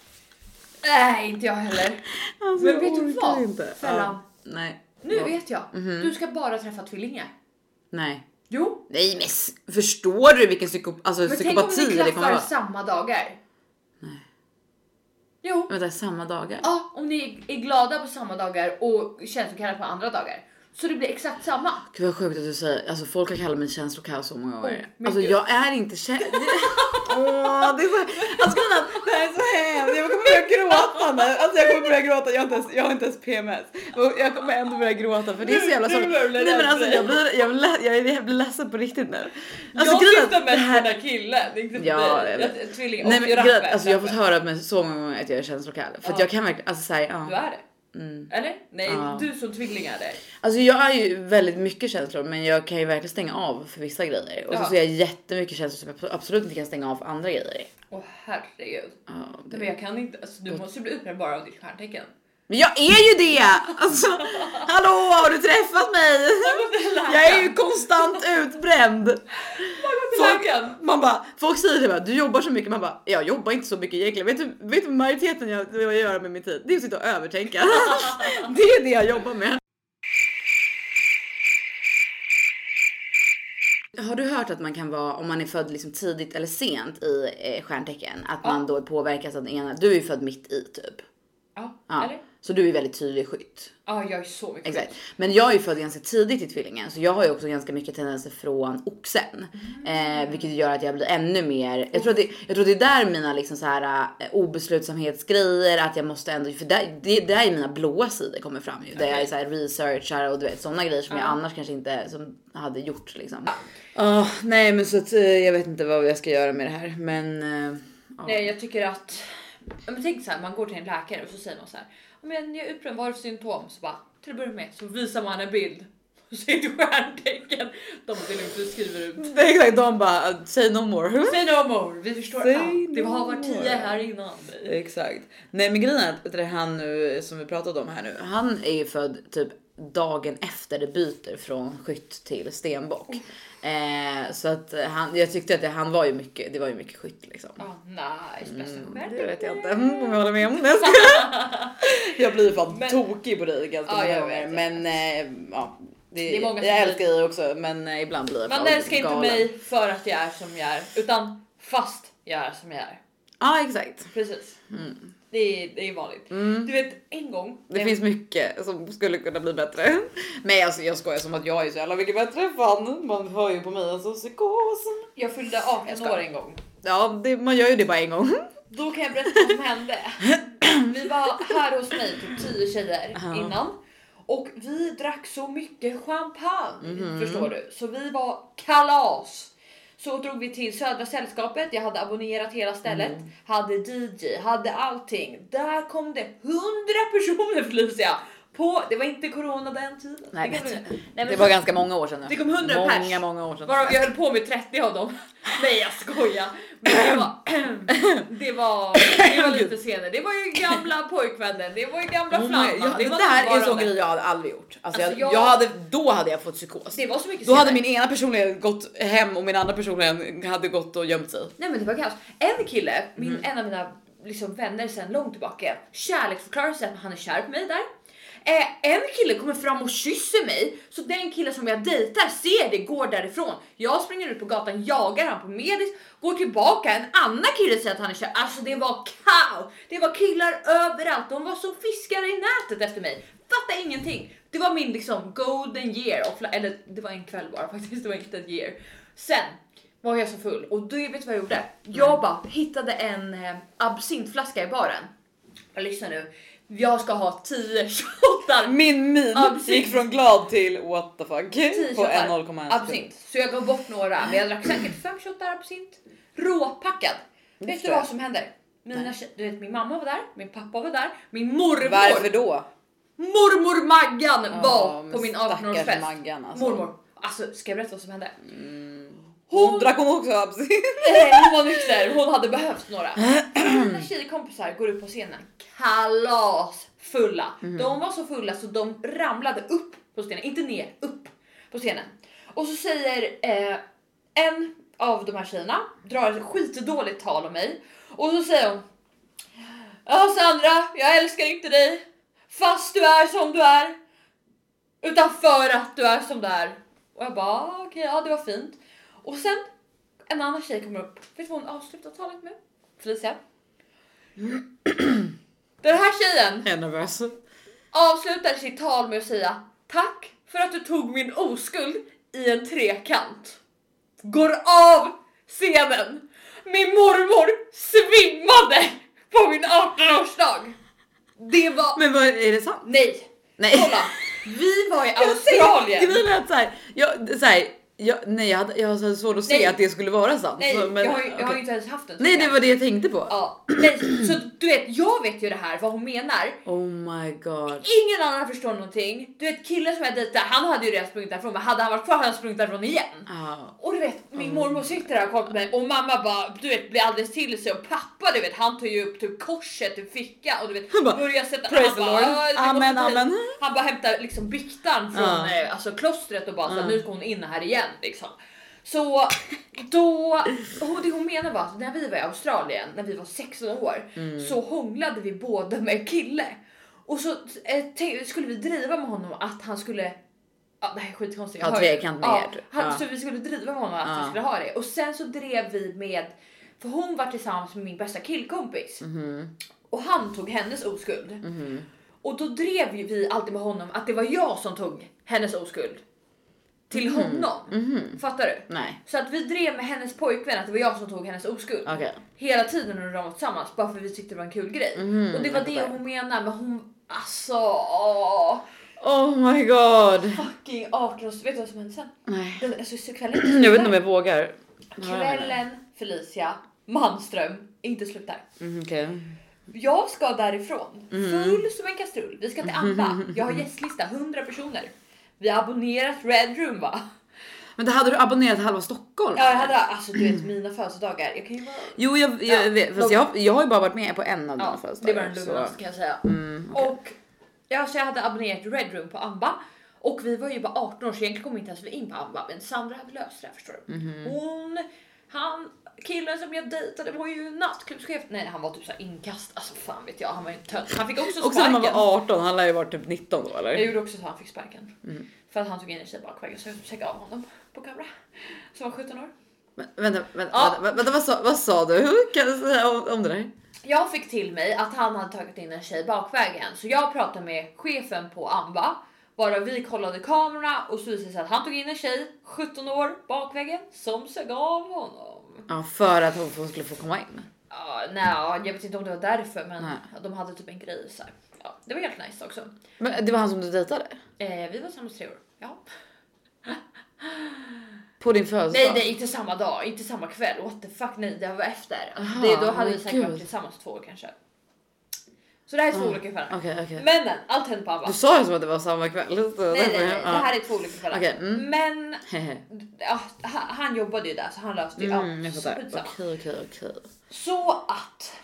Nej inte jag heller. Alltså, Men jag vet du orkar vad? inte. Fällan. Ja. Nej. Nu Ja. vet jag. Du ska bara träffa tvillingar. Nej. Jo. Nej men förstår du vilken alltså, Men tänk om psykopati ni det kommer klaffar vara? samma dagar. Jo. Vänta, samma dagar? Ja, om ni är glada på samma dagar och känslokalla på andra dagar. Så det blir exakt samma. Gud vad sjukt att du säger, alltså folk har kallat mig känslokall så många gånger. men Alltså gud. jag är inte Åh, det är så, alltså det här är så hemskt, jag kommer börja gråta nu. Alltså jag kommer börja gråta, jag har inte ens PMS. Och jag kommer ändå börja gråta för det är så jävla så. Nu börjar Nej jag men alltså jag blir ledsen på riktigt nu. Alltså Jag grejen är syftar att mest det på här den här killen. Inte på Ja, dig. jag vet. Tvilling Nej och men rapper, alltså jag har fått rapper. höra med så många gånger att jag är känslokall. För att jag kan verkligen, alltså säga ja. Du är det. Eller? Nej, Ja. du som tvillingar där. Alltså jag är ju väldigt mycket känslor, men jag kan ju verkligen stänga av för vissa grejer. Och så ser jag jättemycket känslor som jag absolut inte kan stänga av för andra grejer. Åh herregud. Ja, Nej, men jag kan inte, alltså, du måste ju bli utbränd bara av ditt stjärntecken. Men jag är ju det! Alltså, hallå, har du träffat mig? Jag är ju konstant utbränd. Man bara, folk säger det bara, du jobbar så mycket. Man bara, jag jobbar inte så mycket egentligen. Vet du majoriteten jag gör med min tid? Det är att sitta och övertänka. Det är det jag jobbar med. Har du hört att man kan vara, om man är född liksom tidigt eller sent i stjärntecken, att man då påverkas av den ena? Du är ju född mitt i typ. Ja, eller? Så du är väldigt tydlig skytt. Ja, jag är så mycket. Exakt. Men jag är ju född ganska tidigt i tvillingen, så jag har ju också ganska mycket tendenser från oxen. Vilket gör att jag blir ännu mer, jag tror det är där mina liksom så här obeslutsamhetsgrejer, att jag måste ändå, för det är mina blåa sidor kommer fram ju. Där jag är så här researchar och du vet sådana grejer som jag annars kanske inte som hade gjort liksom. Nej, men så att jag vet inte vad jag ska göra med det här, men Nej, jag tycker att, men tänk så här, man går till en läkare och så säger man så här, men jag är utbränd, vad är det för symptom? Så bara, till att börja med så visar man en bild och så är det stjärntecken. De vill inte skriva ut. det är exakt, de bara, say no more. Say no more, vi förstår allt. Det har varit 10 här innan. Exakt. Nej, men grejen är att det han nu som vi pratade om här nu, han är ju född typ dagen efter det byter från skytt till stenbock. Så att jag tyckte att han var ju mycket, det var ju mycket skytt liksom. Nice, bästa stjärntecken. Det vet jag inte om jag håller med om. Jag blir fan tokig på dig ganska många gånger. Men det är många jag älskar dig också, men ibland blir jag man älskar inte mig för att jag är som jag är, utan fast jag är som jag är. Ja, exakt. Precis. Det är vanligt. Du vet, en gång. Det finns mycket som skulle kunna bli bättre. Men alltså, jag skojar som att jag är så jävla mycket bättre. Fan, man hör ju på mig alltså psykosen. Jag fyllde 18 år en gång. Ja, man gör ju det bara en gång. Då kan jag berätta vad som hände. Vi var här hos mig, typ 10 tjejer innan. Och vi drack så mycket champagne, förstår du. Så vi var kalas. Så drog vi till Södra Sällskapet. Jag hade abonnerat hela stället. Hade DJ, hade allting. Där kom det 100 personer, Felicia. Det var inte corona den tiden. Nej, det var ganska många år sedan nu. Det kom 100 pers. Många år sedan. Varav jag höll på med 30 av dem. Nej, jag skojar. Men det var lite senare. Det var ju gamla pojkvännen. Det var ju gamla flamman. Det här är en sån grej jag hade aldrig gjort. Då hade jag fått psykos. Det var så mycket då hade min ena personlighet gått hem och min andra personlighet hade gått och gömt sig. Nej, men det var kaos. En kille, en av mina liksom vänner sedan långt tillbaka, kärleksförklarar sig att han är kär på mig där. En kille kommer fram och kysser mig. Så den kille som jag dejtar ser det, går därifrån. Jag springer ut på gatan, jagar han på medis, går tillbaka. En annan kille säger att han är kär. Alltså det var kaos. Det var killar överallt. De var som fiskar i nätet efter mig. Fattar ingenting. Det var min liksom golden year. Eller det var en kväll bara faktiskt. Det var inte ett year. Sen var jag så full. Och då vet du vad jag gjorde? Jag bara hittade en absintflaska i baren. Jag lyssnar nu. Jag ska ha 10 shottar. Min gick från glad till what the fuck på 0,1 absint. Så jag gav bort några, men jag drack säkert 5 shottar absint. Råpackad. Vet du vad som händer? Du vet, min mamma var där, min pappa var där, min mormor. Varför då? Mormor Maggan var på min 18-årsfest. Maggan, alltså. Mormor. Alltså, ska jag berätta vad som hände? Hon drack också absint. Hon var nykter, hon hade behövt några. Mina tjejkompisar går upp på scenen. Kalas fulla. De var så fulla så de ramlade upp på scenen. Inte ner, upp på scenen. Och så säger en av de här tjejerna, drar ett skitdåligt tal om mig. Och så säger hon: ja, Sandra, jag älskar inte dig. Fast du är som du är. Utan för att du är som du är. Och jag bara, okej, ja, det var fint. Och sen en annan tjej kommer upp. Vet du vad hon avslutar talet med? Felicia. Den här tjejen är nervös. avslutar sitt tal med att säga: tack för att du tog min oskuld i en trekant. Går av scenen. Min mormor svimmade på min 18-årsdag. Det var... Men vad, är det sant? Nej. Nej. Kolla. Vi var i Australien. Grejen är att Jag hade så svårt att se Nej. att det skulle vara sant. Nej, så, men, jag har ju okej. inte ens haft en Nej, det var det jag tänkte på. Ja, nej, så du vet, jag vet ju det här, vad hon menar. Oh my god. Ingen annan förstår någonting. Du vet, killen som jag dejtade, han hade ju redan sprungit därifrån, men hade han varit kvar hade han sprungit därifrån igen. Och du vet, min mormor sitter där och kollar på mig och mamma bara, du vet, blir alldeles till sig, och pappa, du vet, han tar ju upp typ korset ur fickan och du vet, Han bara, börjar sätta, praise han the bara, Lord. Amen, amen. Han bara hämtar liksom byktan från alltså klostret och bara så nu ska hon in här igen liksom. Så då, och det hon menar var att när vi var i Australien, när vi var 16 år, så hånglade vi båda med kille. Och så skulle vi driva med honom att han skulle, det här är skitkonstigt. Ja, trekant ner. Så vi skulle driva med honom att han skulle ha det. Och sen så drev vi med, för hon var tillsammans med min bästa killkompis. Och han tog hennes oskuld. Och då drev ju vi alltid med honom att det var jag som tog hennes oskuld till honom. Fattar du? Nej. Så att vi drev med hennes pojkvän att det var jag som tog hennes oskuld. Hela tiden när de var tillsammans, bara för vi tyckte det var en kul grej. Och det var det hon menar, men hon, alltså, oh my god. fucking 18, vet du vad som hände sen? Nej. Alltså, kvällen, Jag vet inte om jag vågar. kvällen, Felicia Manström, inte slut där. Okej. Jag ska därifrån, full som en kastrull. Vi ska till Amba. Jag har gästlista, 100 personer. Vi har abonnerat Red Room, va? Men det hade du abonnerat halva Stockholm? Ja, jag hade, alltså du vet, mina födelsedagar. Jag kan ju vara... Jo, jag vet. Fast jag har ju bara varit med på en av dina det födelsedagar. var den lugnaste kan jag säga. Okay. Och ja, så jag hade abonnerat Red Room på Amba. Och vi var ju bara 18 år, så egentligen kom inte ens vi in på Amba. Men Sandra hade löst det här, förstår du. Killen som jag dejtade var ju nattklubbschef. Nej, han var typ så här inkast. Alltså fan vet jag, han var ju tönt. Han fick också sparken. Också när man var 18, han lär ju varit typ 19 då, eller? Jag gjorde också så han fick sparken. För att han tog in en tjej bakvägen, så jag checkade av honom på kamera. Som var 17 år. Vänta, vad sa du? Hur kan du säga om det där? Jag fick till mig att han hade tagit in en tjej bakvägen. Så jag pratade med chefen på Amba. Bara vi kollade kamerorna och så visade det sig att han tog in en tjej, 17 år, bakvägen, som sög av honom. Ja, för att hon skulle få komma in. Nej, jag vet inte om det var därför, men de hade typ en grej så här. Ja, det var helt nice också. Men det var han som du dejtade? Vi var tillsammans 3 år, ja. På din födelsedag? Nej, inte samma dag, inte samma kväll. What the fuck, nej, det var efter. Då hade vi säkert varit tillsammans 2 år kanske. Så det här är 2 olika kvällar. Okay. Men allt hände på Amba. Du sa ju som att det var samma kväll. Nej, det här är 2 olika kvällar. Okay. Men han jobbade ju där, så han löste ju Okej. Så att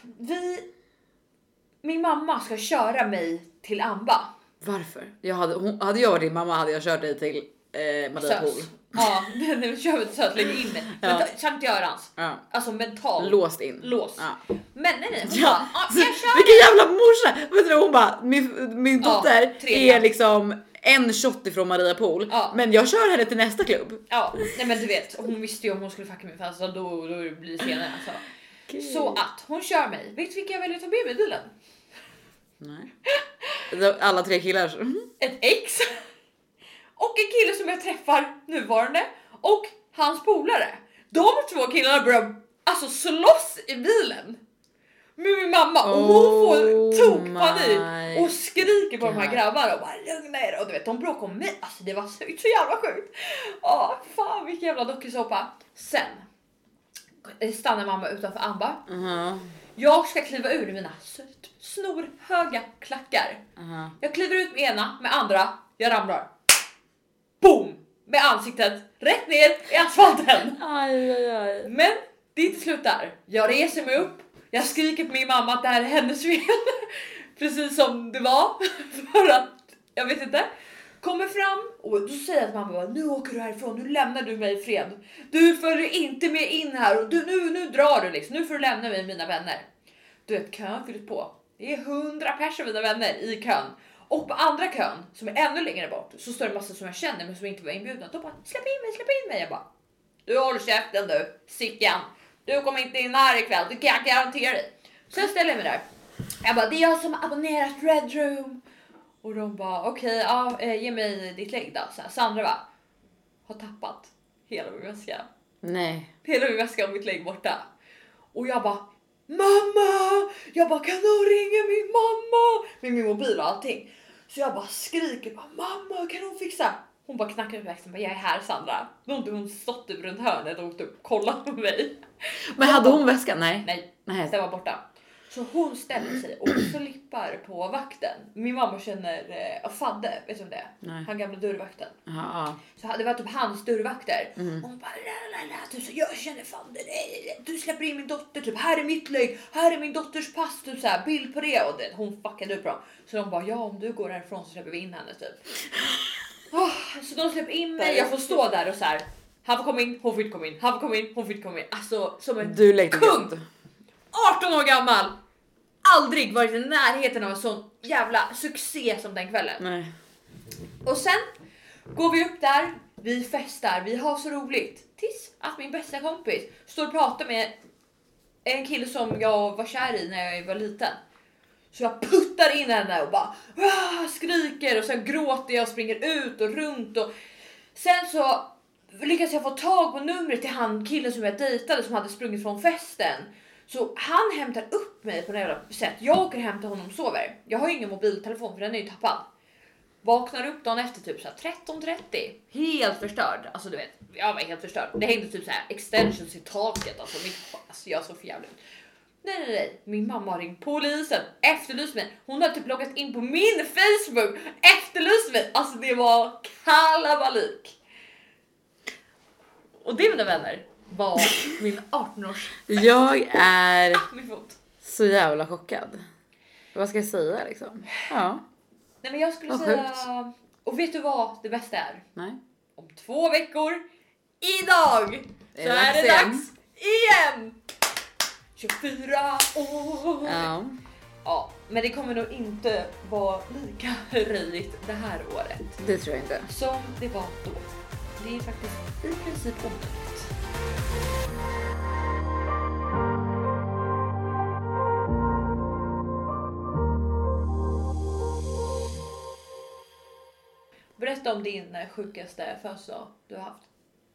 min mamma ska köra mig till Amba. Varför? Hade jag varit din mamma hade jag kört dig till Mariapool. Ja, nu kör vi så att lägga in det. Men Sankt Görans. Alltså mentalt. Låst in. Lås. Men nej. Jag kör. Vilken jävla morsa. Vet du, hon bara, min dotter är liksom en shot ifrån Mariapool. Men jag kör henne till nästa klubb. Ja, nej men du vet, hon visste ju om hon skulle fucka mig fast då blir det senare alltså. Okay. Så att hon kör mig. Vet du vilka jag väljer att ta med mig i bilen? Nej. Alla 3 killar. Ett ex. Och en kille som jag träffar nuvarande. Och hans polare. De 2 killarna börjar alltså slåss i bilen. Med min mamma. Och hon får tokpanik. Och skriker på de här grabbarna. Och bara lugna er. Och du vet, de bråkar om mig. Alltså det var så jävla sjukt. Fan vilken jävla dokusåpa. Sen stannar mamma utanför Amba. Jag ska kliva ur i mina snorhöga klackar. Jag kliver ut med ena, med andra. Jag ramlar. Boom! Med ansiktet rätt ner i asfalten. Aj. Men det är inte slut där. Jag reser mig upp. Jag skriker på min mamma att det här är hennes fel. Precis som det var. För att, jag vet inte. Kommer fram och då säger jag att mamma bara, nu åker du härifrån, nu lämnar du mig i fred. Du följer inte med in här och nu drar du liksom. Nu får du lämna mig mina vänner. Du vet, kön fyllt på. Det är 100 personer mina vänner i kön. Och på andra kön, som är ännu längre bort, så står det massa som jag känner men som inte var inbjudna. De bara, släpp in mig. Jag bara, du håller käften du, Sickan. Du kommer inte in här ikväll, du kan jag garantera dig. Så jag ställer mig där. Jag bara, det är jag som har abonnerat Red Room. Och de bara, okej, ge mig ditt lägg då. Så här, Sandra bara, har tappat hela min väska. Nej. Hela min väska och mitt lägg borta. Och jag bara, mamma! Jag bara, kan någon ringa min mamma? Med min mobil och allting. Så jag bara skriker, mamma kan hon fixa? Hon bara knackade på växeln och bara, jag är här Sandra. Då hade hon stått upp runt hörnet och typ kollat på mig. Men hade hon väskan? Nej. Nej, den var borta. Så hon ställer sig och flippar på vakten. Min mamma känner Fadde, vet du om det? Nej. Han gamla dörrvakten. Ja. Så det var typ hans dörrvakter. Och hon bara, typ så, jag känner Fadde, du släpper in min dotter, typ här är mitt lägg, här är min dotters pass, typ så här, bild på det. Och det, hon fuckade upp dem. Så de bara, ja om du går härifrån så släpper vi in henne typ. Så de släpper in mig, jag får stå där och så här. Han får komma in, hon får inte komma in, han får komma in, hon får inte komma in. Alltså som en kung. 18 år gammal. Aldrig varit i närheten av en sån jävla succé som den kvällen. Nej. Och sen går vi upp där, vi festar, vi har så roligt. Tills att min bästa kompis står och pratar med en kille som jag var kär i när jag var liten. Så jag puttar in henne och bara skriker och sen gråter jag och springer ut och runt. Och sen så lyckas jag få tag på numret till han killen som jag dejtade som hade sprungit från festen. Så han hämtar upp mig på något jävla sätt. Jag åker hem till honom och sover. Jag har ju ingen mobiltelefon för den är ju tappad. Vaknar upp dagen efter typ så här 13:30. Helt förstörd. Alltså du vet, jag var helt förstörd. Det hängde typ så här extensions i taket. Alltså jag så för jävligt. Nej. Min mamma har ringt polisen. Efterlyst mig. Hon har typ loggat in på min Facebook. Efterlyst mig. Alltså det var kalabalik. Och det mina vänner var min 18-års. Jag är min fot. så jävla chockad. Vad ska jag säga liksom? Ja. Nej men jag skulle säga. Och vet du vad det bästa är? Nej. Om 2 veckor. Idag. Så är det dags igen. 24 år. Ja. Ja, men det kommer nog inte vara lika röjigt det här året. Det tror jag inte. Som det var då. Det är faktiskt i princip omöjligt. Berätta om din sjukaste födelsedag du har haft.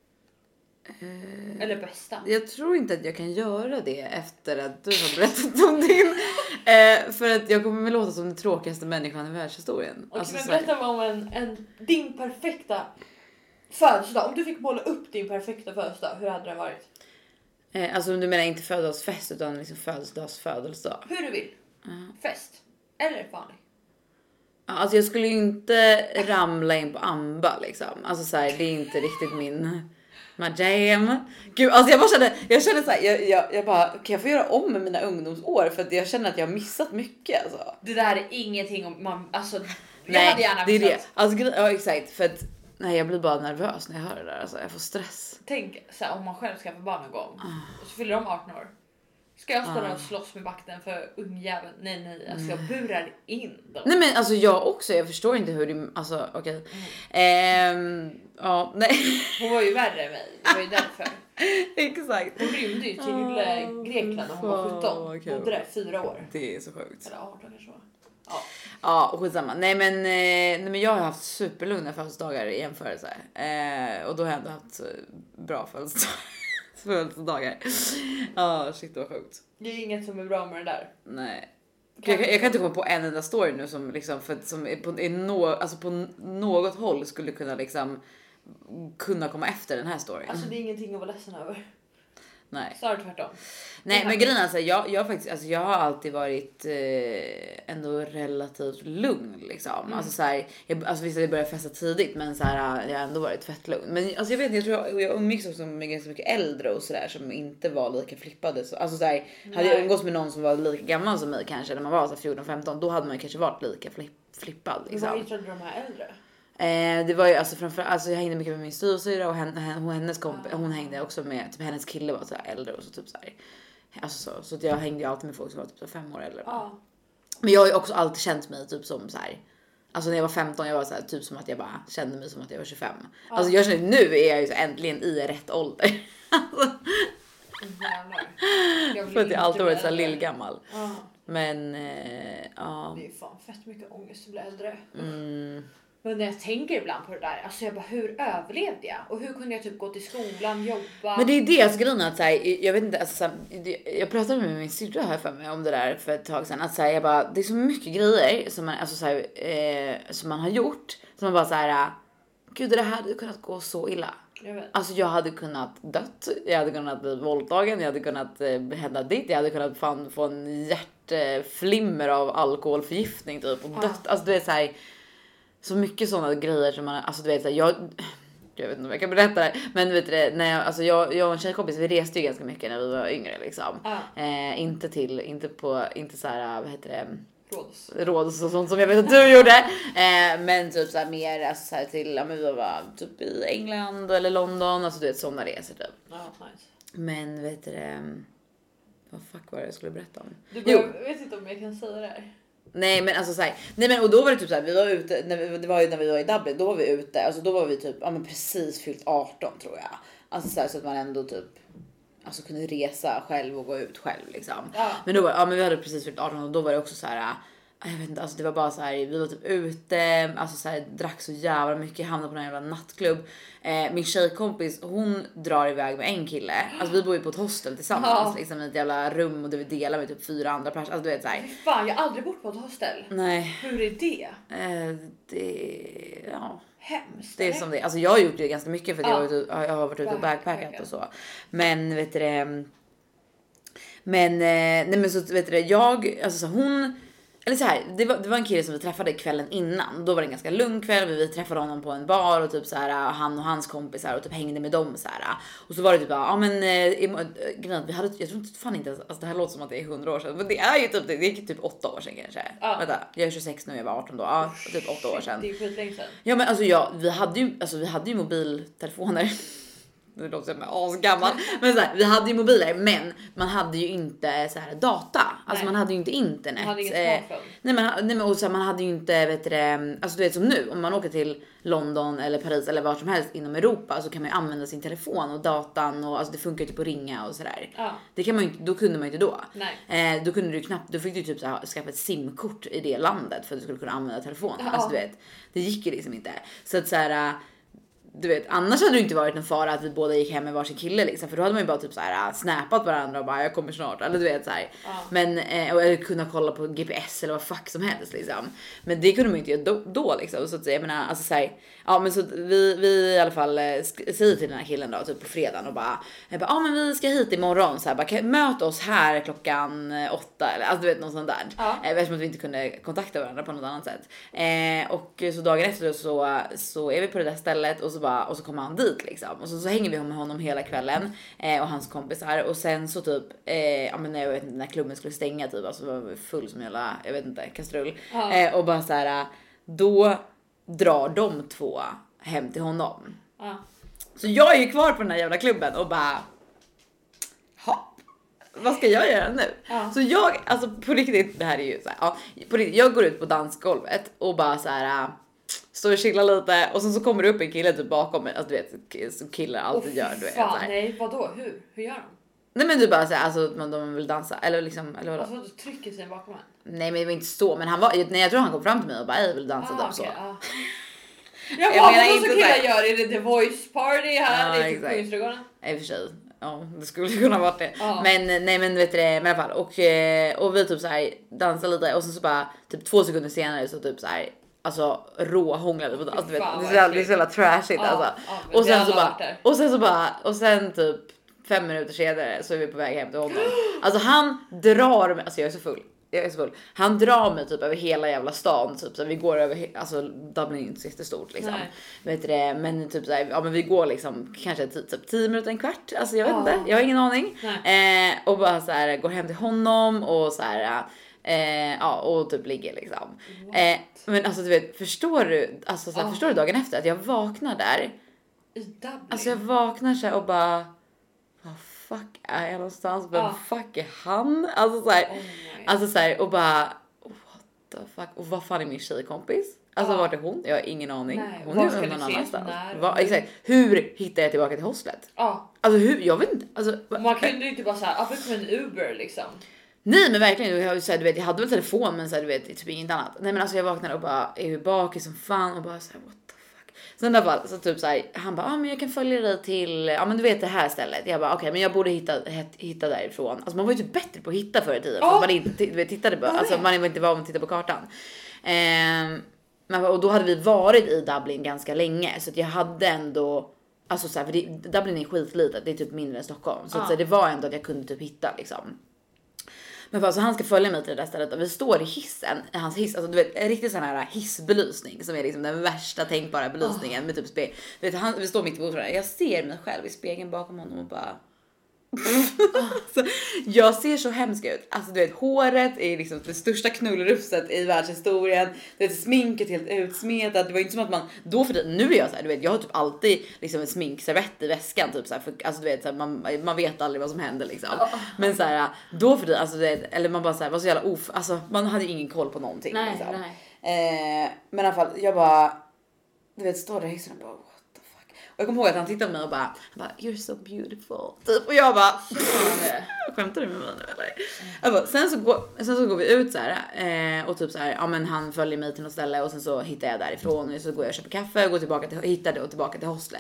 Eller bästa. Jag tror inte att jag kan göra det efter att du har berättat om din. För att jag kommer att låta som den tråkigaste människan i världshistorien. Och alltså, men berätta om din perfekta födelsedag. Om du fick måla upp din perfekta födelsedag, hur hade den varit? Alltså du menar inte födelsedagsfest utan liksom födelsedag. Hur du vill. Fest. Eller vanlig. Alltså jag skulle ju inte ramla in på Amba liksom. Alltså så här, det är inte riktigt min jam. Gud, alltså jag känner så här, jag bara, kan jag få göra om med mina ungdomsår för att jag känner att jag har missat mycket alltså. Det där är ingenting om man, alltså jag nej, hade gärna det är missat. det. Alltså ja, exakt, för att nej, jag blir bara nervös när jag hör det där alltså, jag får stress. Tänk så här, om man själv skaffar barn någon gång och så fyller de 18 år. Ska jag stå där och slåss med vakten för ungjäveln? Nej, alltså jag burar in dem. Nej men alltså jag också, jag förstår inte hur det, alltså okej. Ja, nej. Hon var ju värre än mig, det var ju därför. Exakt. Hon rymde ju till Grekland när hon var 17. Okay. Bodde där 4 år. Det är så sjukt. Eller 18 kanske var. Ja, skitsamma. Nej men jag har haft superlugna födelsedagar i jämförelse. Och då har jag ändå haft bra födelsedagar. Ja, shit vad sjukt. Det är inget som är bra med det där. Nej. Jag kan inte komma på en enda story nu som liksom som är på något håll skulle kunna liksom kunna komma efter den här storyn. Alltså det är ingenting att vara ledsen över. Nej. Så är det tvärtom. Nej men grejen är alltså, jag faktiskt, alltså jag har alltid varit ändå relativt lugn liksom. Alltså så här, alltså visst jag började festa tidigt men så här, jag har ändå varit fett lugn. Men alltså jag vet inte, jag tror jag umgicks också med ganska mycket äldre och så där som inte var lika flippade. Så, alltså så här, hade jag umgås med någon som var lika gammal som mig kanske när man var så 14-15, då hade man kanske varit lika flippad liksom. Vad hittade de här äldre? Det var ju alltså framförallt, alltså jag hängde mycket med min styvsyra och hennes kompis, hon hängde också med typ hennes kille var så här äldre och så typ så här. Alltså så att jag hängde ju alltid med folk som var typ så 5 år äldre. Men jag har ju också alltid känt mig typ som så här. Alltså när jag var 15 jag var så här, typ som att jag bara kände mig som att jag var 25. Alltså jag känner nu är jag ju så äntligen i rätt ålder. Jävlar. För att jag alltid varit så här lillgammal. Men ja. Det är fan fett mycket ångest att bli äldre. Men när jag tänker ibland på det där, alltså jag bara, hur överlevde jag? Och hur kunde jag typ gå till skolan, jobba? Men det är det, alltså grejen att så här, jag vet inte, alltså, jag pratade med min syrra här för mig om det där för ett tag sedan. Att så här, jag bara, det är så mycket grejer som man, alltså, så här, som man har gjort. Som man bara så här, Gud, det här hade kunnat gå så illa. Jag vet. Alltså jag hade kunnat dött, jag hade kunnat bli våldtagen, jag hade kunnat hända dit, jag hade kunnat fan få en hjärtflimmer av alkoholförgiftning typ och dött. Alltså det är så här, så mycket sådana grejer som man, alltså du vet så här, jag vet inte om jag kan berätta det, men vet du, när jag och en tjejkompis, vi reste ju ganska mycket när vi var yngre liksom. Inte så här, vad heter det? Råds och sånt som jag vet att du gjorde. Men typ så här mer alltså så här till, ja men vi var typ i England eller London, alltså du vet sådana resor typ. Nice. Men vet du, vad fuck var det jag skulle berätta om? Jag vet inte om jag kan säga det här. Nej men alltså såhär, nej men och då var det typ såhär, vi var ute, det var ju när vi var i Dublin, då var vi ute, alltså då var vi typ, ja men precis fyllt 18 tror jag. Alltså såhär, så att man ändå typ, alltså kunde resa själv och gå ut själv liksom. Ja. Men då var, ja men vi hade precis fyllt 18 och då var det också såhär, jag vet inte, alltså det var bara så här, vi var typ ute, alltså så här, drack så jävla mycket, hamnade på en jävla nattklubb. Min tjejkompis, hon drar iväg med en kille. Alltså vi bor ju på ett hostel tillsammans, liksom i ett jävla rum och det vi delar med typ 4 andra personer. Alltså du vet så här. Fan, jag har aldrig bott på ett hostel. Nej. Hur är det? Ja. Hemskt. Det är som det. Alltså jag har gjort det ganska mycket för att jag har varit ute och backpackat och så. Men vet du det, nej men så vet du det, alltså så hon, eller så här, det var en kille som vi träffade kvällen innan. Då var det en ganska lugn kväll. Vi träffade honom på en bar och typ så här, han och hans kompisar och typ hängde med dem så här. Och så var det typ bara, ja men vi hade, jag tror inte fan inte, alltså det här låter som att det är 100 år sedan, men det är ju typ, det gick typ 8 år sedan kanske. Vänta, jag är 26 nu, jag var 18 då. Ja, typ 8 år sedan. Det är skitlänge sedan. Ja men alltså vi hade ju mobiltelefoner. Det låter som asgammal. Men så här, vi hade ju mobiler, men man hade ju inte så här data. Alltså man hade ju inte internet. Man hade ingen smartphone. Nej men och så här, man hade ju inte, vet du, alltså du vet som nu, om man åker till London eller Paris eller vart som helst inom Europa så kan man ju använda sin telefon och datan och alltså det funkar ju typ att ringa och sådär. Det kan man ju inte, då kunde man ju inte då. Nej. Då kunde du knappt, då fick du typ så här, skaffa ett simkort i det landet för att du skulle kunna använda telefonen. Alltså du vet, det gick ju liksom inte. Så att så här, du vet, annars hade det inte varit någon fara att vi båda gick hem med varsin kille liksom, för då hade man ju bara typ så här snappat varandra och bara jag kommer snart, eller du vet så här. Men eller kunna kolla på GPS eller vad fuck som helst liksom. Men det kunde man ju inte göra då liksom, så att jag menar alltså så här, ja men så vi i alla fall säger till den här killen då typ på fredagen och bara ja men vi ska hit imorgon så här, bara möt oss här klockan 8 eller alltså du vet något sånt där. Eftersom att vi inte kunde kontakta varandra på något annat sätt. Och så dagen efter så är vi på det där stället och så kommer han dit liksom. Och så hänger vi med honom hela kvällen och hans kompisar. Och sen så typ, ja men jag vet inte när klubben skulle stänga typ. Alltså var full som jävla, jag vet inte, kastrull. Och bara så här, då drar de två hem till honom. Så jag är ju kvar på den här jävla klubben och bara, vad ska jag göra nu? Så jag, alltså på riktigt, det här är ju så här, på riktigt, jag går ut på dansgolvet och bara så här står och chillar lite och sen så kommer det upp en kille typ bakom mig, alltså du vet som killar alltid gör, du vet. Fan, nej, vadå? Hur gör de? Nej men du bara så här, alltså de vill dansa eller liksom, eller vadå? Alltså du trycker sig bakom honom. Nej men det var inte så, men han var, nej jag tror han kom fram till mig och bara jag vill dansa typ så. Jag menar inte så killar gör, är det The Voice Party här? Det är typ Kungsträdgården. I och för sig. Ja, det skulle kunna vara det. Men nej men vet du det, men i alla fall och vi typ så här dansar lite och sen så bara typ 2 sekunder senare så typ så här, alltså råhånglade på dans, alltså, det är så jävla trashigt alltså. Och sen typ 5 minuter senare så är vi på väg hem till honom. Alltså han drar mig, alltså jag är så full. Han drar mig typ över hela jävla stan typ, så vi går över, alltså Dublin är inte så jättestort liksom. Vet du det, men typ så här, ja men vi går liksom kanske typ 10 minuter, en kvart, alltså jag vet inte, jag har ingen aning. Och bara så här går hem till honom och så här och typ ligger liksom. Men alltså du vet, förstår du, alltså så här, förstår du dagen efter att jag vaknar där i Dublin? Alltså jag vaknar så här och bara vad fuck är jag någonstans? Vem fuck är han? Alltså så här, alltså så här, och bara what the fuck, och vad fan är min tjejkompis? Alltså vart är hon? Jag har ingen aning. Nej, hon är någon annanstans. Exakt. Hur hittar jag tillbaka till hostlet? Alltså hur, jag vet inte. Alltså, man kunde ju inte bara såhär, fick med en Uber liksom. Nej men verkligen, jag hade väl telefon men så här, du vet, typ inget annat. Nej men alltså jag vaknade och bara är ju bakis som fan och bara så här, what the fuck. Sen i alla fall så typ så här, han bara men jag kan följa dig till, ja men du vet det här stället. Jag bara okej, men jag borde hitta därifrån. Alltså man var ju typ bättre på att hitta förr i tiden för man inte tittade på, alltså man var inte van att titta på kartan. Men, och då hade vi varit i Dublin ganska länge. Så att jag hade ändå... Alltså så här, för Dublin är skitlitet. Det är typ mindre än Stockholm. Så, att, så här, det var ändå att jag kunde typ hitta liksom. Men alltså, han ska följa mig till det där stället. Och vi står i hissen. Hans hiss, alltså du vet, en riktigt sån här hissbelysning. Som är liksom den värsta tänkbara belysningen. Med typ vi står mitt i bordet. Jag ser mig själv i spegeln bakom honom och bara... Så jag ser så hemsk ut. Alltså du vet, håret är liksom det största knullrufset i världshistorien. Det är sminket helt utsmetat. Det var inte som att man då för det, nu är jag så här, du vet, jag har typ alltid liksom en sminkservett i väskan typ så här, för, alltså du vet så här, man vet aldrig vad som händer liksom. Men så här, då för det, alltså du vet, eller man bara så här, var så jävla alltså man hade ingen koll på någonting liksom. Men i alla fall jag bara du vet står där i hissen och bara och jag kommer ihåg att han tittade på mig och bara you're so beautiful typ, och jag bara skämtar du med mig nu eller? Jag bara, sen så går vi ut så här och typ så här ja men han följer mig till något ställe och sen så hittar jag därifrån och så går jag och köper kaffe och går tillbaka till hostlet.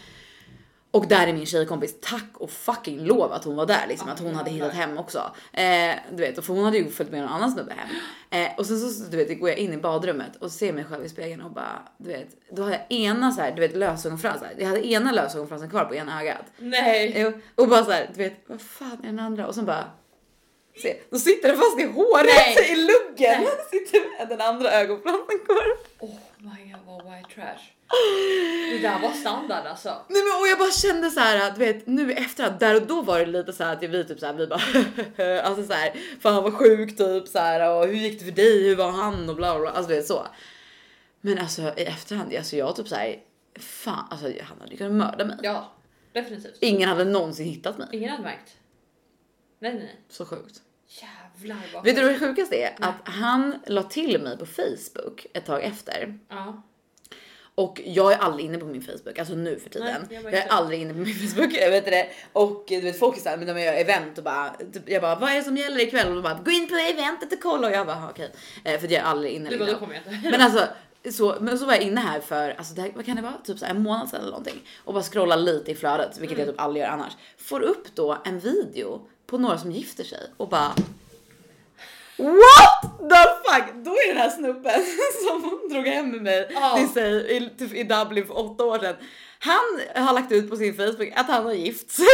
Och där är min tjejkompis, tack och fucking lov att hon var där liksom, att hon hade hittat hem också. Du vet, för hon hade ju följt med någon annan snubbe hem. Och sen så du vet, går jag in i badrummet och ser mig själv i spegeln och bara, du vet, då hade jag ena så här, du vet, lösögonfransar. Jag hade ena lösögonfransen kvar på ena ögat. Nej. Och bara så här, du vet, vad fan är den andra? Och så bara se, då sitter det fast i håret i luggen. Sitter den andra ögonfransen kvar. Oh my god, vad white trash. Det där var standard alltså. Nej men och jag bara kände så här, du vet, nu efter där och då var det lite så här att vi typ så här, vi bara alltså så här, för han var sjuk typ så här, och hur gick det för dig, hur var han och bla bla, alltså det är så. Men alltså i efterhand, alltså jag typ så här, fan, alltså han hade ju kunnat mörda mig. Ja, definitivt. Ingen hade någonsin hittat mig. Ingen hade märkt. Nej. Så sjukt. Jävlar vad. Vet du vad det sjukaste är? Nej. Att han la till mig på Facebook ett tag efter. Ja. Och jag är aldrig inne på min Facebook, alltså nu för tiden. Nej, jag är aldrig inne på min Facebook, jag vet det. Och du vet, folk är såhär, men de gör event och bara, jag bara, vad är det som gäller ikväll? Och de bara, gå in på eventet och kolla. Och jag bara, okej. För jag är aldrig inne. Liksom. Då kommer jag inte. Men alltså, så var jag inne här för, alltså det här, vad kan det vara? Typ så här en månad sedan eller någonting. Och bara scrolla lite i flödet, vilket jag typ aldrig gör annars. Får upp då en video på några som gifter sig och bara... What the fuck? Då är den här snubben som drog hem med mig till sig i Dublin för 8 år sedan. Han har lagt ut på sin Facebook att han har gift sig.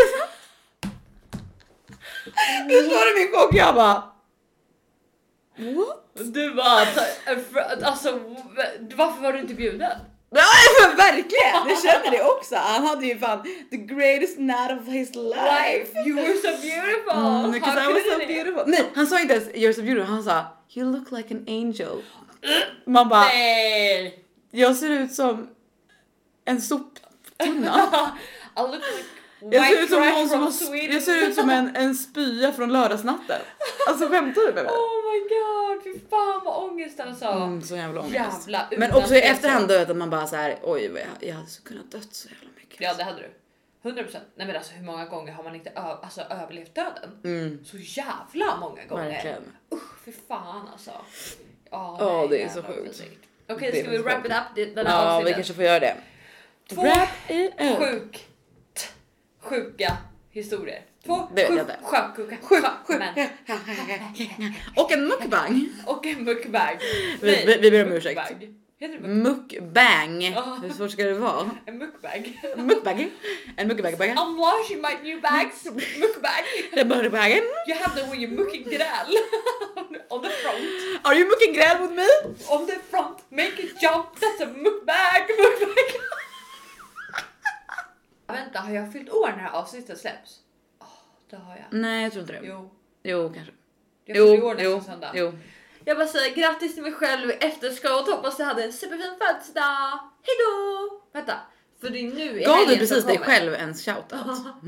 Förstår du min chock? Jag bara... What? Du bara... Alltså, varför var du inte bjuden? Nej, verkligen! Jag känner det också. Han hade ju fan the greatest night of his life. You were so beautiful. Because I was so beautiful. Nej, han sa inte ens you're so beautiful. Han sa you look like an angel. Man bara, nej. Jag ser ut som en soptunna. Jag ser ut som en spya från lördagsnatten. Alltså skämtar du med mig? Oh my god, fy fan vad ångest alltså. Så jävla ångest. Men också i efterhand död att man bara så här, oj jag hade så kunnat dött så jävla mycket. Ja, det hade du. 100%. Nej men alltså hur många gånger har man inte överlevt döden? Så jävla många gånger. Verkligen. Fy fan alltså. Ja, det är så sjukt. Okej, ska vi wrap it up den här avsnittet? avsnittet? Vi kanske får göra det. 2 sjuka historier. 2 sjuka män. Och en mukbang. Och en mukbang. Vi ber om ursäkt. Heter det mukbang? Hur svårt ska det vara? En mukbang. En mukbang. I'm washing my new bags. Mukbang. Mukbangen. You have them when you're mucking gräl. On the front. Are you mucking gräl with me? On the front. Make it jump. That's a mukbang. Vänta, har jag fyllt år när det här avsnittet släpps? Det har jag. Nej, jag tror inte det. Jo, kanske. Jag fyller år nästa söndag. Jo. Jag bara säger grattis till mig själv efter skott. Hoppas du hade en superfin födelsedag. Hejdå! Vänta, för det är nu. Gav du precis dig själv en shoutout?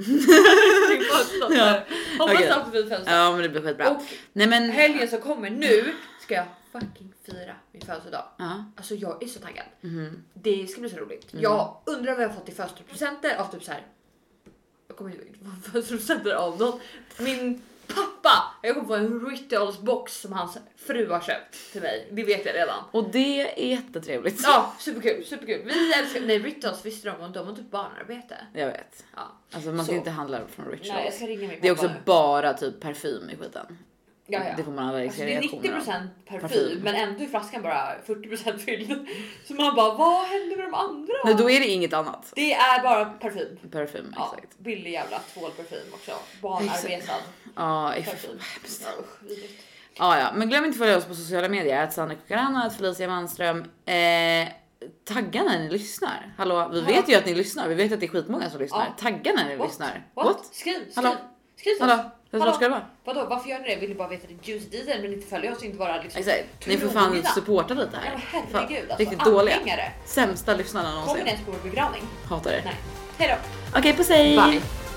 Ja. Hoppas du har en fin födelsedag. Ja, men det blir skitbra. Och nej, men helgen som kommer nu ska jag fucking fira min födelsedag. Alltså jag är så taggad. Det ska bli så roligt. Jag undrar vad jag har fått i första presenter av typ så här. Jag kommer inte ihåg vad presenter av någon. Min pappa, jag kommer få en Rituals box som hans fru har köpt till mig. Det vet jag redan. Och det är jättetrevligt. Ja, superkul. Vi älskar, nej Rituals visste de har typ barnarbete. Jag vet. Ja. Alltså man ska inte handla från Rituals. Nej, jag ska ringa min pappa. Det är också bara typ parfym i skiten. det får man allergiska reaktioner. Det är 90% parfym, parfym, men ändå är flaskan bara 40% fylld. Så man bara, vad händer med de andra? Nej, då är det inget annat. Det är bara parfym. Parfym, ja, exakt. Billig jävla tvålparfym också. Barnarbetad. Ja, parfym. Ja, men glöm inte att följa oss på sociala medier. Sandra Kukarana, att Felicia Manström. Tagga när ni lyssnar. Hallå, vi vet ju att ni lyssnar. Vi vet att det är skitmånga som lyssnar. Tagga när ni lyssnar. What? Skriv. Hallå? Hallå? Ska det vara? Vadå? Varför gör ni det? Vill ni bara veta det juicy detail men inte följa oss, inte bara liksom. Exakt. Ni får fan supporta lite här. Ja, herregud. Alltså, riktigt dåliga. Sämsta lyssnarna någonsin. Kommer ni ens på vår begravning? Hatar det. Nej. Hej då. Okej, puss hej. Bye.